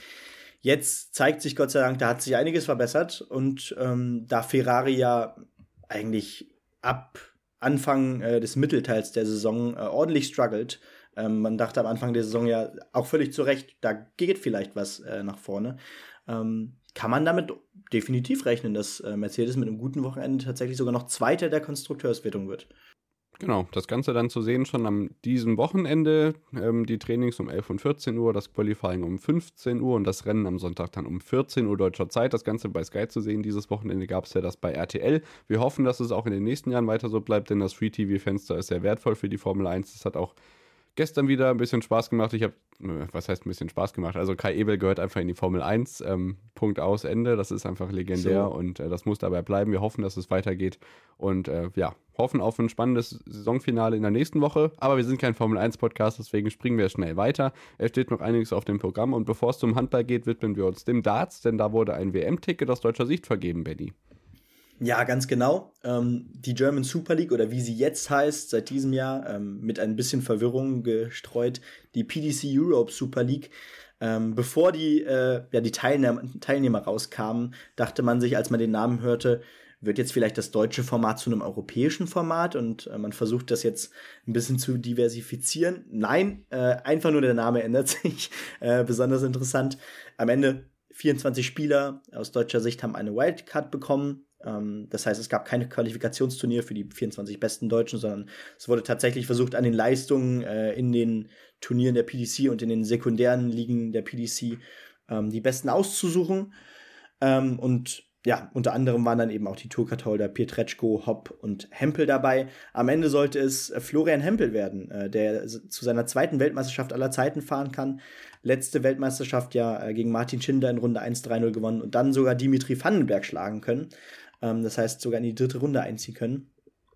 Jetzt zeigt sich Gott sei Dank, da hat sich einiges verbessert. Und ähm, da Ferrari ja eigentlich ab Anfang äh, des Mittelteils der Saison äh, ordentlich struggelt. Ähm, man dachte am Anfang der Saison ja auch völlig zu Recht, da geht vielleicht was äh, nach vorne. Ähm, kann man damit definitiv rechnen, dass äh, Mercedes mit einem guten Wochenende tatsächlich sogar noch Zweiter der Konstrukteurswertung wird. Genau, das Ganze dann zu sehen schon am diesem Wochenende. Ähm, die Trainings um elf und vierzehn Uhr, das Qualifying um fünfzehn Uhr und das Rennen am Sonntag dann um vierzehn Uhr deutscher Zeit. Das Ganze bei Sky zu sehen. Dieses Wochenende gab es ja das bei R T L. Wir hoffen, dass es auch in den nächsten Jahren weiter so bleibt, denn das Free-T V-Fenster ist sehr wertvoll für die Formel eins. Das hat auch gestern wieder ein bisschen Spaß gemacht. Ich habe, was heißt ein bisschen Spaß gemacht? Also Kai Ebel gehört einfach in die Formel eins. Ähm, Punkt aus, Ende. Das ist einfach legendär so. Und äh, das muss dabei bleiben. Wir hoffen, dass es weitergeht und äh, ja, hoffen auf ein spannendes Saisonfinale in der nächsten Woche. Aber wir sind kein Formel eins Podcast, deswegen springen wir schnell weiter. Es steht noch einiges auf dem Programm und bevor es zum Handball geht, widmen wir uns dem Darts, denn da wurde ein W M-Ticket aus deutscher Sicht vergeben, Benny. Ja, ganz genau. Ähm, die German Super League oder wie sie jetzt heißt, seit diesem Jahr, ähm, mit ein bisschen Verwirrung gestreut, die P D C Europe Super League. Ähm, bevor die, äh, ja, die Teilnehmer, Teilnehmer rauskamen, dachte man sich, als man den Namen hörte, wird jetzt vielleicht das deutsche Format zu einem europäischen Format und äh, man versucht das jetzt ein bisschen zu diversifizieren. Nein, äh, einfach nur der Name ändert sich. Äh, besonders interessant. Am Ende vierundzwanzig Spieler aus deutscher Sicht haben eine Wildcard bekommen. Ähm, das heißt, es gab keine Qualifikationsturnier für die vierundzwanzig besten Deutschen, sondern es wurde tatsächlich versucht, an den Leistungen äh, in den Turnieren der P D C und in den sekundären Ligen der P D C ähm, die Besten auszusuchen. Ähm, und ja, unter anderem waren dann eben auch die Tourcard-Holder Pietreczko, Hopp und Hempel dabei. Am Ende sollte es Florian Hempel werden, äh, der zu seiner zweiten Weltmeisterschaft aller Zeiten fahren kann. Letzte Weltmeisterschaft ja äh, gegen Martin Schindler in Runde eins drei null gewonnen und dann sogar Dimitri Vandenberg schlagen können. Ähm, das heißt, sogar in die dritte Runde einziehen können.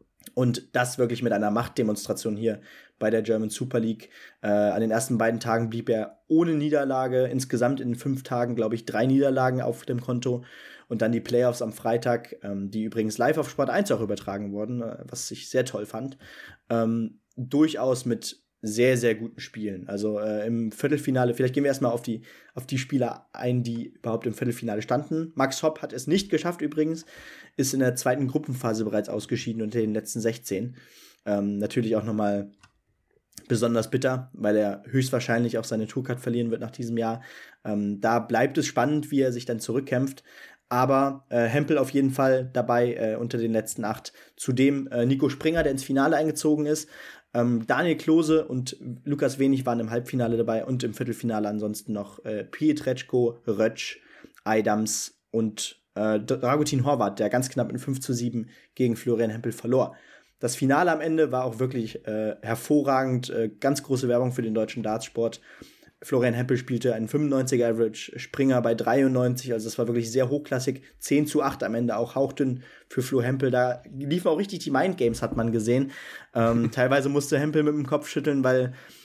Und das wirklich mit einer Machtdemonstration hier bei der German Super League. Äh, an den ersten beiden Tagen blieb er ohne Niederlage. Insgesamt in fünf Tagen, glaube ich, drei Niederlagen auf dem Konto. Und dann die Playoffs am Freitag, ähm, die übrigens live auf Sport eins auch übertragen wurden, äh, was ich sehr toll fand. Ähm, durchaus mit sehr, sehr guten Spielen. Also äh, im Viertelfinale, vielleicht gehen wir erstmal auf die, auf die Spieler ein, die überhaupt im Viertelfinale standen. Max Hopp hat es nicht geschafft übrigens, ist in der zweiten Gruppenphase bereits ausgeschieden unter den letzten sechzehn. Ähm, natürlich auch nochmal besonders bitter, weil er höchstwahrscheinlich auch seine Tourcard verlieren wird nach diesem Jahr. Ähm, da bleibt es spannend, wie er sich dann zurückkämpft. Aber äh, Hempel auf jeden Fall dabei äh, unter den letzten acht. Zudem äh, Nico Springer, der ins Finale eingezogen ist. Ähm, Daniel Klose und Lukas Wenig waren im Halbfinale dabei und im Viertelfinale ansonsten noch äh, Pietreczko, Rötsch, Eidams und äh, Dragutin Horvath, der ganz knapp in fünf zu sieben gegen Florian Hempel verlor. Das Finale am Ende war auch wirklich äh, hervorragend. Äh, ganz große Werbung für den deutschen Dartsport. Florian Hempel spielte einen fünfundneunziger Average, Springer bei dreiundneunzig, also das war wirklich sehr hochklassig. zehn zu acht am Ende, auch hauchdünn für Flo Hempel. Da liefen auch richtig die Mindgames, hat man gesehen. Ähm, teilweise musste Hempel mit dem Kopf schütteln, weil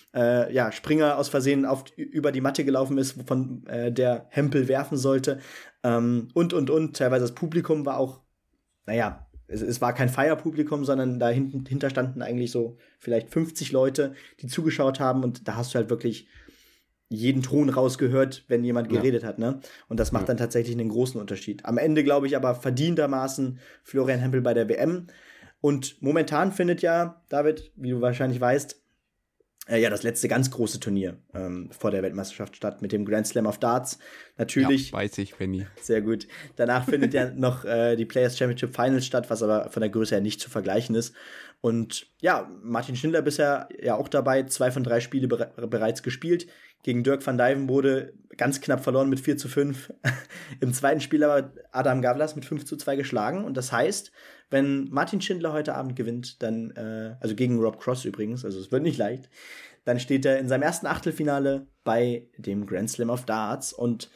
äh, ja, Springer aus Versehen auf, über die Matte gelaufen ist, von äh, der Hempel werfen sollte. Ähm, und, und, und. Teilweise das Publikum war auch, naja, es, es war kein Feierpublikum, sondern dahinter standen eigentlich so vielleicht fünfzig Leute, die zugeschaut haben. Und da hast du halt wirklich jeden Ton rausgehört, wenn jemand geredet ja. hat, ne? Und das macht ja. dann tatsächlich einen großen Unterschied. Am Ende glaube ich aber verdientermaßen Florian Hempel bei der W M. Und momentan findet ja, David, wie du wahrscheinlich weißt, äh, ja das letzte ganz große Turnier ähm, vor der Weltmeisterschaft statt mit dem Grand Slam of Darts. Natürlich. Ja, weiß ich, Benny. Sehr gut. Danach findet ja noch äh, die Players Championship Finals statt, was aber von der Größe her nicht zu vergleichen ist. Und ja, Martin Schindler bisher ja auch dabei, zwei von drei Spiele bere- bereits gespielt. Gegen Dirk van Dijvenbode ganz knapp verloren mit vier zu fünf. Im zweiten Spiel aber Adam Gavlas mit fünf zu zwei geschlagen. Und das heißt, wenn Martin Schindler heute Abend gewinnt, dann, äh, also gegen Rob Cross übrigens, also es wird nicht leicht, dann steht er in seinem ersten Achtelfinale bei dem Grand Slam of Darts. Und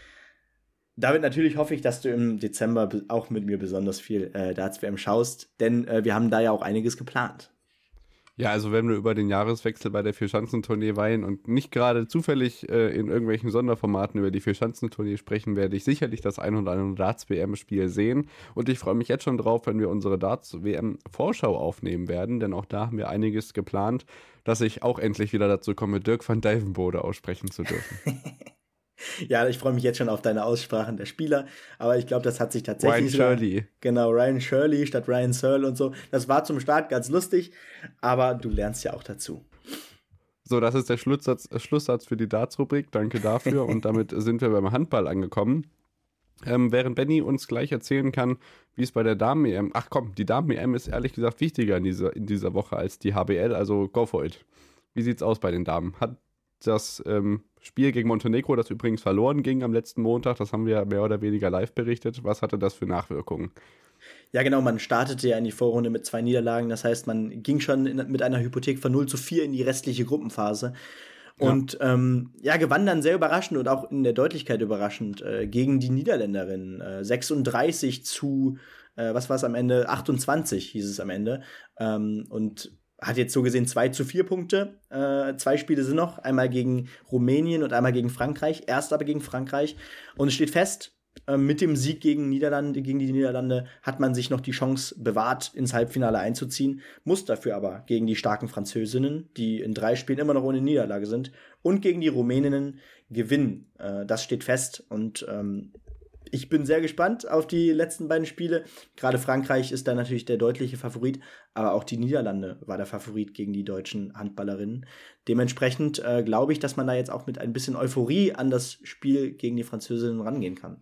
David, natürlich hoffe ich, dass du im Dezember auch mit mir besonders viel äh, Darts-W M schaust, denn äh, wir haben da ja auch einiges geplant. Ja, also wenn wir über den Jahreswechsel bei der Vierschanzentournee weihen und nicht gerade zufällig äh, in irgendwelchen Sonderformaten über die Vierschanzentournee sprechen, werde ich sicherlich das ein oder andere Darts-W M-Spiel sehen. Und ich freue mich jetzt schon drauf, wenn wir unsere Darts-W M-Vorschau aufnehmen werden, denn auch da haben wir einiges geplant, dass ich auch endlich wieder dazu komme, Dirk van Dijvenbode aussprechen zu dürfen. Ja, ich freue mich jetzt schon auf deine Aussprachen der Spieler, aber ich glaube, das hat sich tatsächlich... Ryan Shirley. Genau, Ryan Shirley statt Ryan Searle und so. Das war zum Start ganz lustig, aber du lernst ja auch dazu. So, das ist der Schlusssatz, Schlusssatz für die Darts-Rubrik. Danke dafür und damit sind wir beim Handball angekommen. Ähm, während Benny uns gleich erzählen kann, wie es bei der Damen-E M... Ach komm, die Damen-E M ist ehrlich gesagt wichtiger in dieser, in dieser Woche als die H B L, also go for it. Wie sieht's aus bei den Damen? Hat das ähm, Spiel gegen Montenegro, das übrigens verloren ging am letzten Montag, das haben wir mehr oder weniger live berichtet. Was hatte das für Nachwirkungen? Ja, genau, man startete ja in die Vorrunde mit zwei Niederlagen. Das heißt, man ging schon in, mit einer Hypothek von null zu vier in die restliche Gruppenphase. Und ja, ähm, ja gewann dann sehr überraschend und auch in der Deutlichkeit überraschend äh, gegen die Niederländerinnen. Äh, sechsunddreißig zu, äh, was war es am Ende? achtundzwanzig hieß es am Ende. Ähm, und hat jetzt so gesehen zwei zu vier Punkte. Äh, zwei Spiele sind noch. Einmal gegen Rumänien und einmal gegen Frankreich. Erst aber gegen Frankreich. Und es steht fest, äh, mit dem Sieg gegen Niederlande, gegen die Niederlande hat man sich noch die Chance bewahrt, ins Halbfinale einzuziehen. Muss dafür aber gegen die starken Französinnen, die in drei Spielen immer noch ohne Niederlage sind, und gegen die Rumäninnen gewinnen. Äh, das steht fest. Und ähm, ich bin sehr gespannt auf die letzten beiden Spiele. Gerade Frankreich ist da natürlich der deutliche Favorit, aber auch die Niederlande war der Favorit gegen die deutschen Handballerinnen. Dementsprechend äh, glaube ich, dass man da jetzt auch mit ein bisschen Euphorie an das Spiel gegen die Französinnen rangehen kann.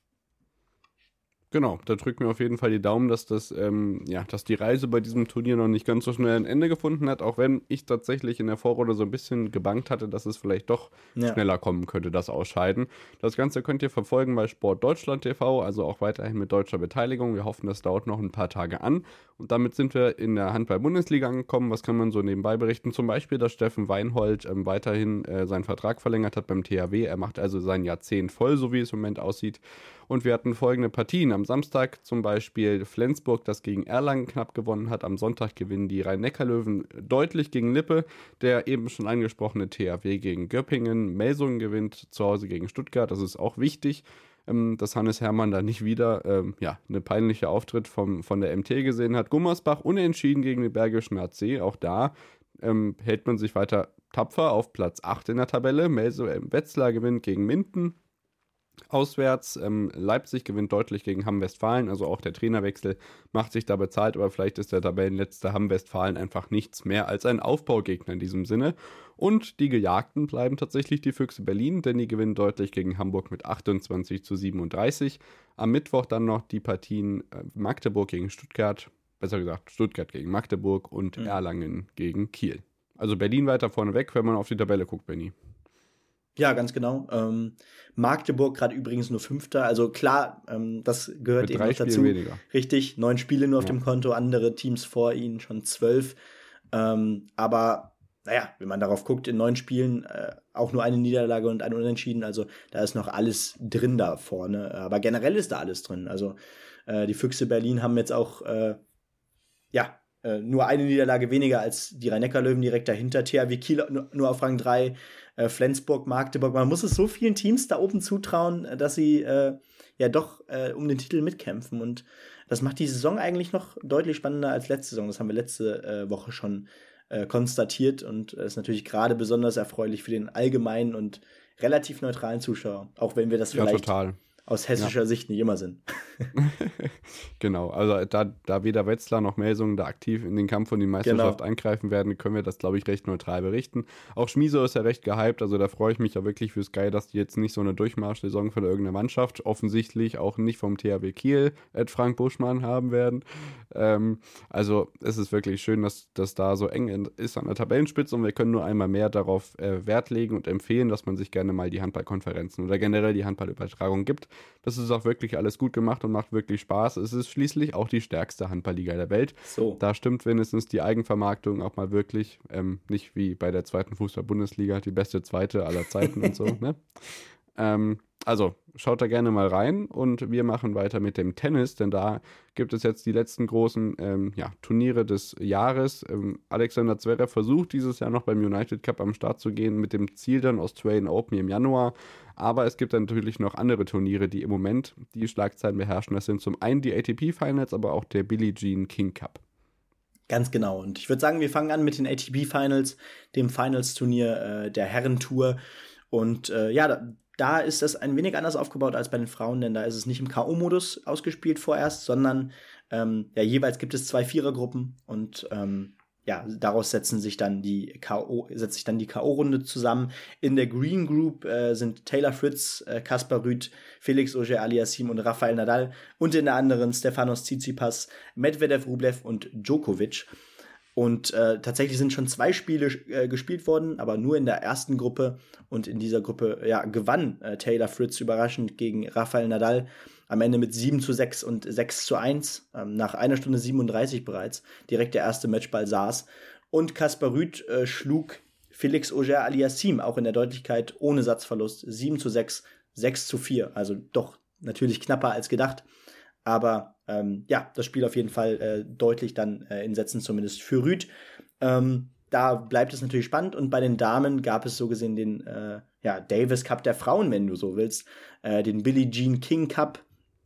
Genau, da drücken wir auf jeden Fall die Daumen, dass das, ähm, ja, dass die Reise bei diesem Turnier noch nicht ganz so schnell ein Ende gefunden hat, auch wenn ich tatsächlich in der Vorrunde so ein bisschen gebangt hatte, dass es vielleicht doch ja. schneller kommen könnte, das Ausscheiden. Das Ganze könnt ihr verfolgen bei Sport Deutschland T V, also auch weiterhin mit deutscher Beteiligung. Wir hoffen, das dauert noch ein paar Tage an. Und damit sind wir in der Handball-Bundesliga angekommen. Was kann man so nebenbei berichten? Zum Beispiel, dass Steffen Weinhold ähm, weiterhin äh, seinen Vertrag verlängert hat beim T H W. Er macht also sein Jahrzehnt voll, so wie es im Moment aussieht. Und wir hatten folgende Partien. Am Samstag zum Beispiel Flensburg, das gegen Erlangen knapp gewonnen hat. Am Sonntag gewinnen die Rhein-Neckar-Löwen deutlich gegen Lippe. Der eben schon angesprochene T H W gegen Göppingen. Melsungen gewinnt zu Hause gegen Stuttgart. Das ist auch wichtig, ähm, dass Hannes Hermann da nicht wieder ähm, ja, eine peinliche Auftritt vom, von der M T gesehen hat. Gummersbach unentschieden gegen den Bergischen A C. Auch da ähm, hält man sich weiter tapfer auf Platz acht in der Tabelle. Melsung äh, Wetzlar gewinnt gegen Minden. Auswärts, ähm, Leipzig gewinnt deutlich gegen Hamm-Westfalen, also auch der Trainerwechsel macht sich da bezahlt, aber vielleicht ist der Tabellenletzte Hamm-Westfalen einfach nichts mehr als ein Aufbaugegner in diesem Sinne. Und die Gejagten bleiben tatsächlich die Füchse Berlin, denn die gewinnen deutlich gegen Hamburg mit achtundzwanzig zu siebenunddreißig. Am Mittwoch dann noch die Partien äh, Magdeburg gegen Stuttgart, besser gesagt Stuttgart gegen Magdeburg und mhm. Erlangen gegen Kiel. Also Berlin weiter vorne weg, wenn man auf die Tabelle guckt, Benni. Ja, ganz genau. Ähm, Magdeburg gerade übrigens nur Fünfter. Also klar, ähm, das gehört Mit eben drei noch Spielen dazu. Weniger. Richtig, neun Spiele nur auf ja. dem Konto, andere Teams vor ihnen schon zwölf. Ähm, aber naja, wenn man darauf guckt, in neun Spielen äh, auch nur eine Niederlage und ein Unentschieden. Also da ist noch alles drin da vorne. Aber generell ist da alles drin. Also äh, die Füchse Berlin haben jetzt auch äh, ja äh, nur eine Niederlage weniger als die Rhein-Neckar-Löwen direkt dahinter. T H W Kiel nur, nur auf Rang drei, äh, Flensburg, Magdeburg. Man muss es so vielen Teams da oben zutrauen, dass sie äh, ja doch äh, um den Titel mitkämpfen. Und das macht die Saison eigentlich noch deutlich spannender als letzte Saison. Das haben wir letzte äh, Woche schon äh, konstatiert. Und es äh, ist natürlich gerade besonders erfreulich für den allgemeinen und relativ neutralen Zuschauer. Auch wenn wir das ja, vielleicht total. aus hessischer ja. Sicht nicht immer sind. Genau, also da, da weder Wetzlar noch Melsungen da aktiv in den Kampf um die Meisterschaft genau. eingreifen werden, können wir das, glaube ich, recht neutral berichten. Auch Schmieso ist ja recht gehypt, also da freue ich mich ja wirklich für Sky, dass die jetzt nicht so eine Durchmarschsaison von irgendeiner Mannschaft, offensichtlich auch nicht vom T H W Kiel, Ed Frank Buschmann haben werden. Ähm, also es ist wirklich schön, dass das da so eng ist an der Tabellenspitze und wir können nur einmal mehr darauf äh, Wert legen und empfehlen, dass man sich gerne mal die Handballkonferenzen oder generell die Handballübertragung gibt. Das ist auch wirklich alles gut gemacht und macht wirklich Spaß. Es ist schließlich auch die stärkste Handballliga der Welt. So. Da stimmt wenigstens die Eigenvermarktung auch mal wirklich. Ähm, nicht wie bei der zweiten Fußball-Bundesliga, die beste zweite aller Zeiten und so. Ne? Ähm, also schaut da gerne mal rein und wir machen weiter mit dem Tennis, denn da gibt es jetzt die letzten großen ähm, ja, Turniere des Jahres. Ähm, Alexander Zverev versucht dieses Jahr noch beim United Cup am Start zu gehen mit dem Ziel dann Australian Open im Januar. Aber es gibt dann natürlich noch andere Turniere, die im Moment die Schlagzeilen beherrschen. Das sind zum einen die A T P Finals, aber auch der Billie Jean King Cup. Ganz genau. Und ich würde sagen, wir fangen an mit den A T P Finals, dem Finals-Turnier äh, der Herrentour. Und äh, ja, da, da ist das ein wenig anders aufgebaut als bei den Frauen, denn da ist es nicht im K O-Modus ausgespielt vorerst, sondern ähm, ja, jeweils gibt es zwei Vierergruppen und ähm, ja, daraus setzen sich dann die K O, setzt sich dann die K O-Runde zusammen. In der Green Group äh, sind Taylor Fritz, äh, Kaspar Rüth, Felix Auger-Aliassime und Rafael Nadal und in der anderen Stefanos Tsitsipas, Medvedev, Rublev und Djokovic. Und äh, tatsächlich sind schon zwei Spiele äh, gespielt worden, aber nur in der ersten Gruppe. Und in dieser Gruppe ja, gewann äh, Taylor Fritz überraschend gegen Rafael Nadal. Am Ende mit sieben zu sechs und sechs zu eins. Ähm, nach einer Stunde siebenunddreißig bereits. Direkt der erste Matchball saß. Und Kaspar Rüth äh, schlug Felix Auger-Aliassime auch in der Deutlichkeit ohne Satzverlust. sieben zu sechs, sechs zu vier. Also doch natürlich knapper als gedacht. Aber ähm, ja, das Spiel auf jeden Fall äh, deutlich dann äh, in Sätzen zumindest für Rüth. Ähm, da bleibt es natürlich spannend. Und bei den Damen gab es so gesehen den äh, ja, Davis Cup der Frauen, wenn du so willst. Äh, den Billie Jean King Cup.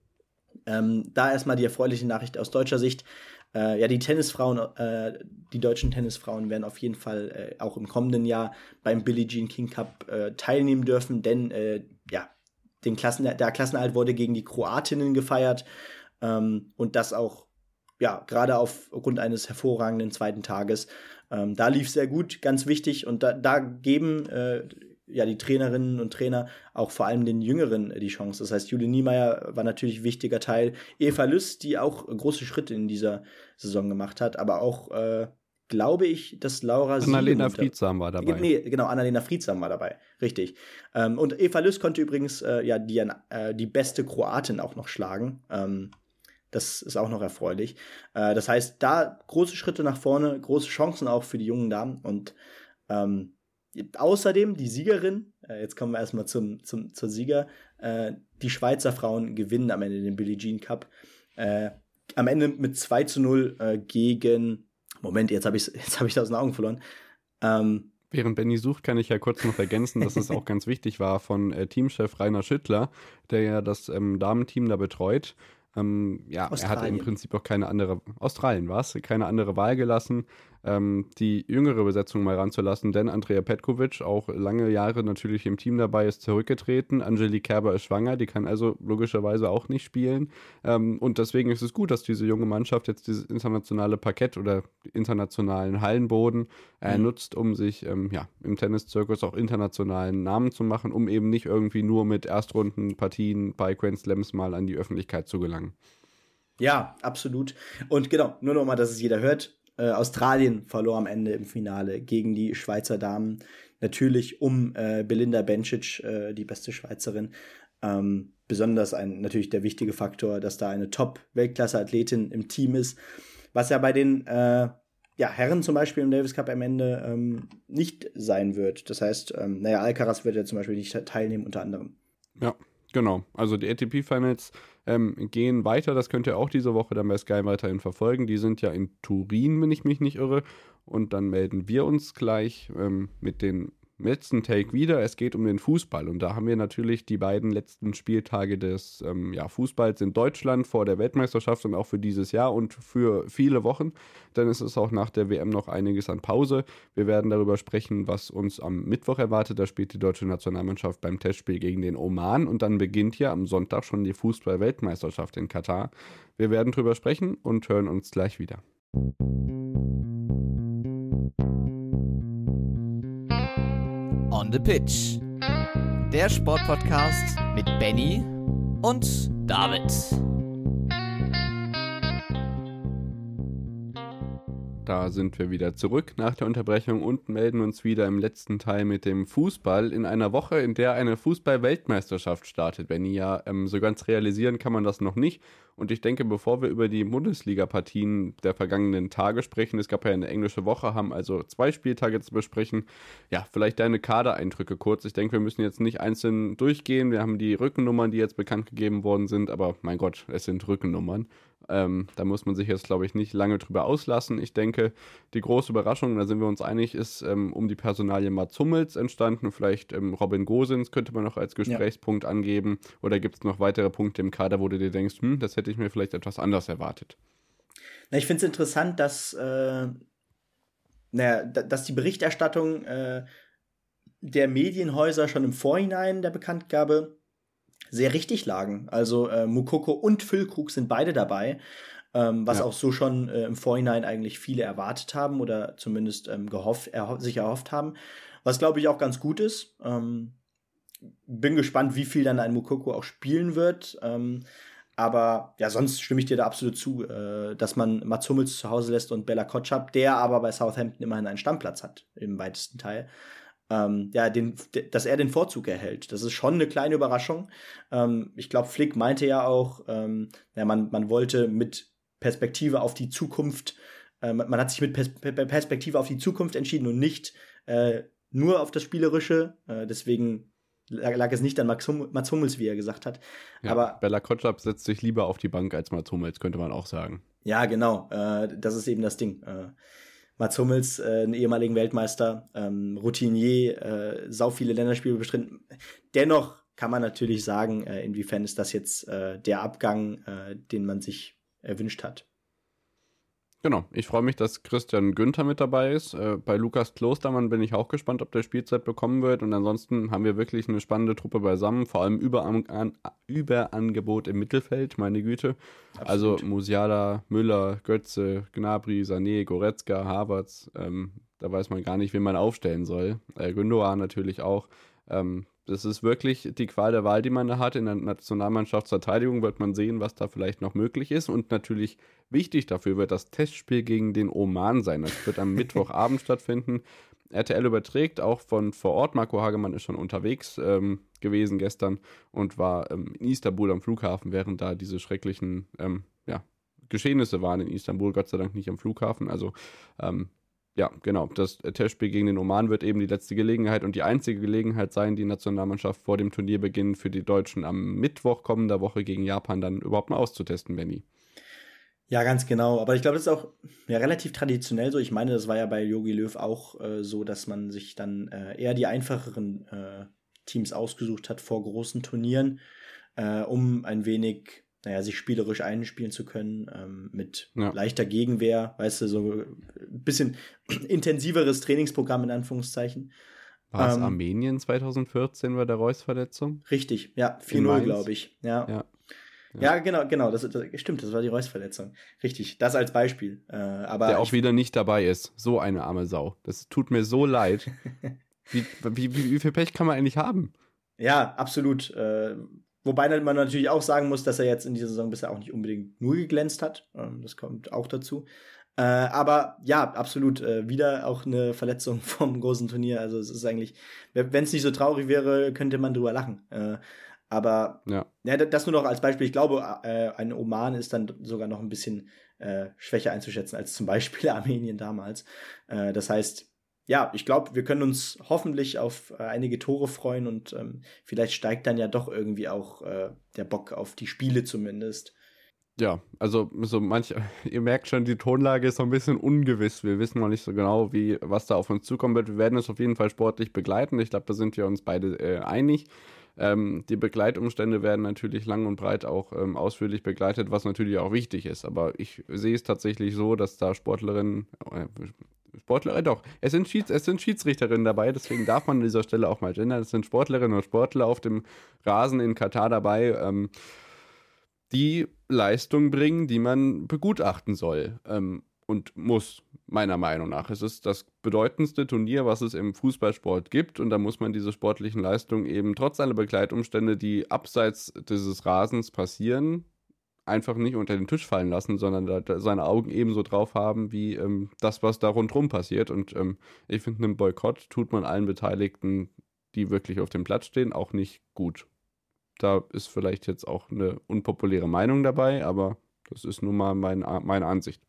Ähm, da erstmal die erfreuliche Nachricht aus deutscher Sicht. Äh, ja, die Tennisfrauen, äh, die deutschen Tennisfrauen werden auf jeden Fall äh, auch im kommenden Jahr beim Billie Jean King Cup äh, teilnehmen dürfen. Denn äh, ja, Den Klassen, der Klassenerhalt wurde gegen die Kroatinnen gefeiert ähm, und das auch, ja, gerade aufgrund eines hervorragenden zweiten Tages. Ähm, da lief sehr gut, ganz wichtig und da, da geben äh, ja die Trainerinnen und Trainer auch vor allem den Jüngeren äh, die Chance. Das heißt, Julie Niemeyer war natürlich ein wichtiger Teil. Eva Lüss, die auch große Schritte in dieser Saison gemacht hat, aber auch äh, glaube ich, dass Laura Annalena Friedsam war dabei. Nee, genau, Annalena Friedsam war dabei, richtig. Ähm, und Eva Lüss konnte übrigens äh, ja die, äh, die beste Kroatin auch noch schlagen. Ähm, das ist auch noch erfreulich. Äh, das heißt, da große Schritte nach vorne, große Chancen auch für die jungen Damen. Und ähm, außerdem die Siegerin, äh, jetzt kommen wir erstmal zum, zum, zur Sieger, äh, die Schweizer Frauen gewinnen am Ende den Billie Jean Cup. Äh, am Ende mit zwei zu null äh, gegen Moment, jetzt habe ich jetzt hab ich aus den Augen verloren. Ähm, Während Benny sucht, kann ich ja kurz noch ergänzen, dass es auch ganz wichtig war von äh, Teamchef Rainer Schüttler, der ja das ähm, Damenteam da betreut. Ähm, ja, er hat im Prinzip auch keine andere, Australien war es, keine andere Wahl gelassen, ähm, die jüngere Besetzung mal ranzulassen, denn Andrea Petkovic, auch lange Jahre natürlich im Team dabei, ist zurückgetreten. Angelique Kerber ist schwanger, die kann also logischerweise auch nicht spielen. Ähm, und deswegen ist es gut, dass diese junge Mannschaft jetzt dieses internationale Parkett oder internationalen Hallenboden äh, mhm. nutzt, um sich ähm, ja, im Tenniszirkus auch internationalen Namen zu machen, um eben nicht irgendwie nur mit Erstrundenpartien bei Grand Slams mal an die Öffentlichkeit zu gelangen. Ja, absolut. Und genau, nur noch mal, dass es jeder hört. Äh, Australien verlor am Ende im Finale gegen die Schweizer Damen. Natürlich um äh, Belinda Bencic, äh, die beste Schweizerin. Ähm, besonders ein natürlich der wichtige Faktor, dass da eine Top-Weltklasse-Athletin im Team ist. Was ja bei den äh, ja, Herren zum Beispiel im Davis Cup am Ende ähm, nicht sein wird. Das heißt, ähm, naja, Alcaraz wird ja zum Beispiel nicht teilnehmen, unter anderem. Ja. Genau, also die A T P-Finals ähm, gehen weiter, das könnt ihr auch diese Woche dann bei Sky weiterhin verfolgen. Die sind ja in Turin, wenn ich mich nicht irre. Und dann melden wir uns gleich ähm, mit den letzten Take wieder. Es geht um den Fußball und da haben wir natürlich die beiden letzten Spieltage des ähm, ja, Fußballs in Deutschland vor der Weltmeisterschaft und auch für dieses Jahr und für viele Wochen. Dann ist es auch nach der W M noch einiges an Pause. Wir werden darüber sprechen, was uns am Mittwoch erwartet. Da spielt die deutsche Nationalmannschaft beim Testspiel gegen den Oman und dann beginnt ja am Sonntag schon die Fußball-Weltmeisterschaft in Katar. Wir werden darüber sprechen und hören uns gleich wieder. On the Pitch. Der Sportpodcast mit Benny und David. Da sind wir wieder zurück nach der Unterbrechung und melden uns wieder im letzten Teil mit dem Fußball in einer Woche, in der eine Fußball-Weltmeisterschaft startet. Benny, ja, ähm, so ganz realisieren kann man das noch nicht. Und ich denke, bevor wir über die Bundesliga-Partien der vergangenen Tage sprechen, es gab ja eine englische Woche, haben also zwei Spieltage zu besprechen. Ja, vielleicht deine Kadereindrücke kurz. Ich denke, wir müssen jetzt nicht einzeln durchgehen. Wir haben die Rückennummern, die jetzt bekannt gegeben worden sind, aber mein Gott, es sind Rückennummern. Ähm, da muss man sich jetzt, glaube ich, nicht lange drüber auslassen. Ich denke, die große Überraschung, da sind wir uns einig, ist ähm, um die Personalie Mats Hummels entstanden. Vielleicht ähm, Robin Gosens könnte man noch als Gesprächspunkt ja. angeben. Oder gibt es noch weitere Punkte im Kader, wo du dir denkst, hm, das hätte ich mir vielleicht etwas anders erwartet? Na, ich finde es interessant, dass, äh, naja, dass die Berichterstattung äh, der Medienhäuser schon im Vorhinein der Bekanntgabe sehr richtig lagen. Also äh, Moukoko und Füllkrug sind beide dabei, ähm, was ja. auch so schon äh, im Vorhinein eigentlich viele erwartet haben oder zumindest ähm, gehoff, erho- sich erhofft haben, was glaube ich auch ganz gut ist. Ähm, bin gespannt, wie viel dann ein Moukoko auch spielen wird. Ähm, aber ja, sonst stimme ich dir da absolut zu, äh, dass man Mats Hummels zu Hause lässt und Bella Kotschap, der aber bei Southampton immerhin einen Stammplatz hat, im weitesten Teil. Ähm, ja, den, dass er den Vorzug erhält. Das ist schon eine kleine Überraschung. Ähm, ich glaube, Flick meinte ja auch, ähm, ja, man, man wollte mit Perspektive auf die Zukunft, äh, man hat sich mit Pers- Perspektive auf die Zukunft entschieden und nicht äh, nur auf das Spielerische. Äh, deswegen lag, lag es nicht an Max hum- Mats Hummels, wie er gesagt hat. Ja, aber Bella Kotschap setzt sich lieber auf die Bank als Mats Hummels, könnte man auch sagen. Ja, genau. Äh, das ist eben das Ding. Äh, Mats Hummels, äh, einen ehemaligen Weltmeister, ähm, Routinier, äh, sau viele Länderspiele bestritten. Dennoch kann man natürlich sagen, äh, inwiefern ist das jetzt äh, der Abgang, äh, den man sich erwünscht hat. Genau, ich freue mich, dass Christian Günther mit dabei ist. Äh, bei Lukas Klostermann bin ich auch gespannt, ob der Spielzeit bekommen wird. Und ansonsten haben wir wirklich eine spannende Truppe beisammen, vor allem über an, Überangebot im Mittelfeld, meine Güte. Absolut. Also Musiala, Müller, Götze, Gnabry, Sané, Goretzka, Havertz. Ähm, da weiß man gar nicht, wen man aufstellen soll. Äh, Gündogan natürlich auch. Ähm, Das ist wirklich die Qual der Wahl, die man da hat. In der Nationalmannschaftsverteidigung wird man sehen, was da vielleicht noch möglich ist. Und natürlich wichtig dafür wird das Testspiel gegen den Oman sein. Das wird am Mittwochabend stattfinden. R T L überträgt auch von vor Ort. Marco Hagemann ist schon unterwegs ähm, gewesen gestern und war ähm, in Istanbul am Flughafen, während da diese schrecklichen ähm, ja, Geschehnisse waren in Istanbul. Gott sei Dank nicht am Flughafen. Also ähm, Ja, genau. Das Testspiel gegen den Oman wird eben die letzte Gelegenheit und die einzige Gelegenheit sein, die Nationalmannschaft vor dem Turnierbeginn für die Deutschen am Mittwoch kommender Woche gegen Japan dann überhaupt mal auszutesten, Benny. Ja, ganz genau. Aber ich glaube, das ist auch ja, relativ traditionell so. Ich meine, das war ja bei Jogi Löw auch äh, so, dass man sich dann äh, eher die einfacheren äh, Teams ausgesucht hat vor großen Turnieren, äh, um ein wenig naja, sich spielerisch einspielen zu können, ähm, mit ja. leichter Gegenwehr, weißt du, so ein bisschen intensiveres Trainingsprogramm in Anführungszeichen. War es ähm, Armenien zwanzig vierzehn bei der Reus-Verletzung? Richtig, ja, vier null, glaube ich. Ja. Ja. Ja. ja, genau, genau, das, das stimmt, das war die Reus-Verletzung. Richtig, das als Beispiel. Äh, aber Der auch ich, wieder nicht dabei ist. So eine arme Sau. Das tut mir so leid. wie, wie, wie, wie viel Pech kann man eigentlich haben? Ja, absolut. Äh, Wobei man natürlich auch sagen muss, dass er jetzt in dieser Saison bisher auch nicht unbedingt nur geglänzt hat. Das kommt auch dazu. Äh, aber ja, absolut. Äh, wieder auch eine Verletzung vom großen Turnier. Also es ist eigentlich, wenn es nicht so traurig wäre, könnte man drüber lachen. Äh, aber ja. ja, das nur noch als Beispiel. Ich glaube, äh, ein Oman ist dann sogar noch ein bisschen äh, schwächer einzuschätzen als zum Beispiel Armenien damals. Äh, das heißt, ja, ich glaube, wir können uns hoffentlich auf äh, einige Tore freuen und ähm, vielleicht steigt dann ja doch irgendwie auch äh, der Bock auf die Spiele zumindest. Ja, also so manch, ihr merkt schon, die Tonlage ist so ein bisschen ungewiss. Wir wissen noch nicht so genau, wie was da auf uns zukommen wird. Wir werden es auf jeden Fall sportlich begleiten. Ich glaube, da sind wir uns beide äh, einig. Ähm, die Begleitumstände werden natürlich lang und breit auch ähm, ausführlich begleitet, was natürlich auch wichtig ist. Aber ich sehe es tatsächlich so, dass da Sportlerinnen, äh, Sportler, doch, es sind, Schieds, es sind Schiedsrichterinnen dabei, deswegen darf man an dieser Stelle auch mal gendern. Es sind Sportlerinnen und Sportler auf dem Rasen in Katar dabei, ähm, die Leistung bringen, die man begutachten soll ähm, und muss, meiner Meinung nach. Es ist das bedeutendste Turnier, was es im Fußballsport gibt, und da muss man diese sportlichen Leistungen eben trotz aller Begleitumstände, die abseits dieses Rasens passieren, einfach nicht unter den Tisch fallen lassen, sondern da, da seine Augen ebenso drauf haben wie ähm, das, was da rundherum passiert. Und ähm, ich finde, einen Boykott tut man allen Beteiligten, die wirklich auf dem Platz stehen, auch nicht gut. Da ist vielleicht jetzt auch eine unpopuläre Meinung dabei, aber das ist nun mal mein, meine Ansicht.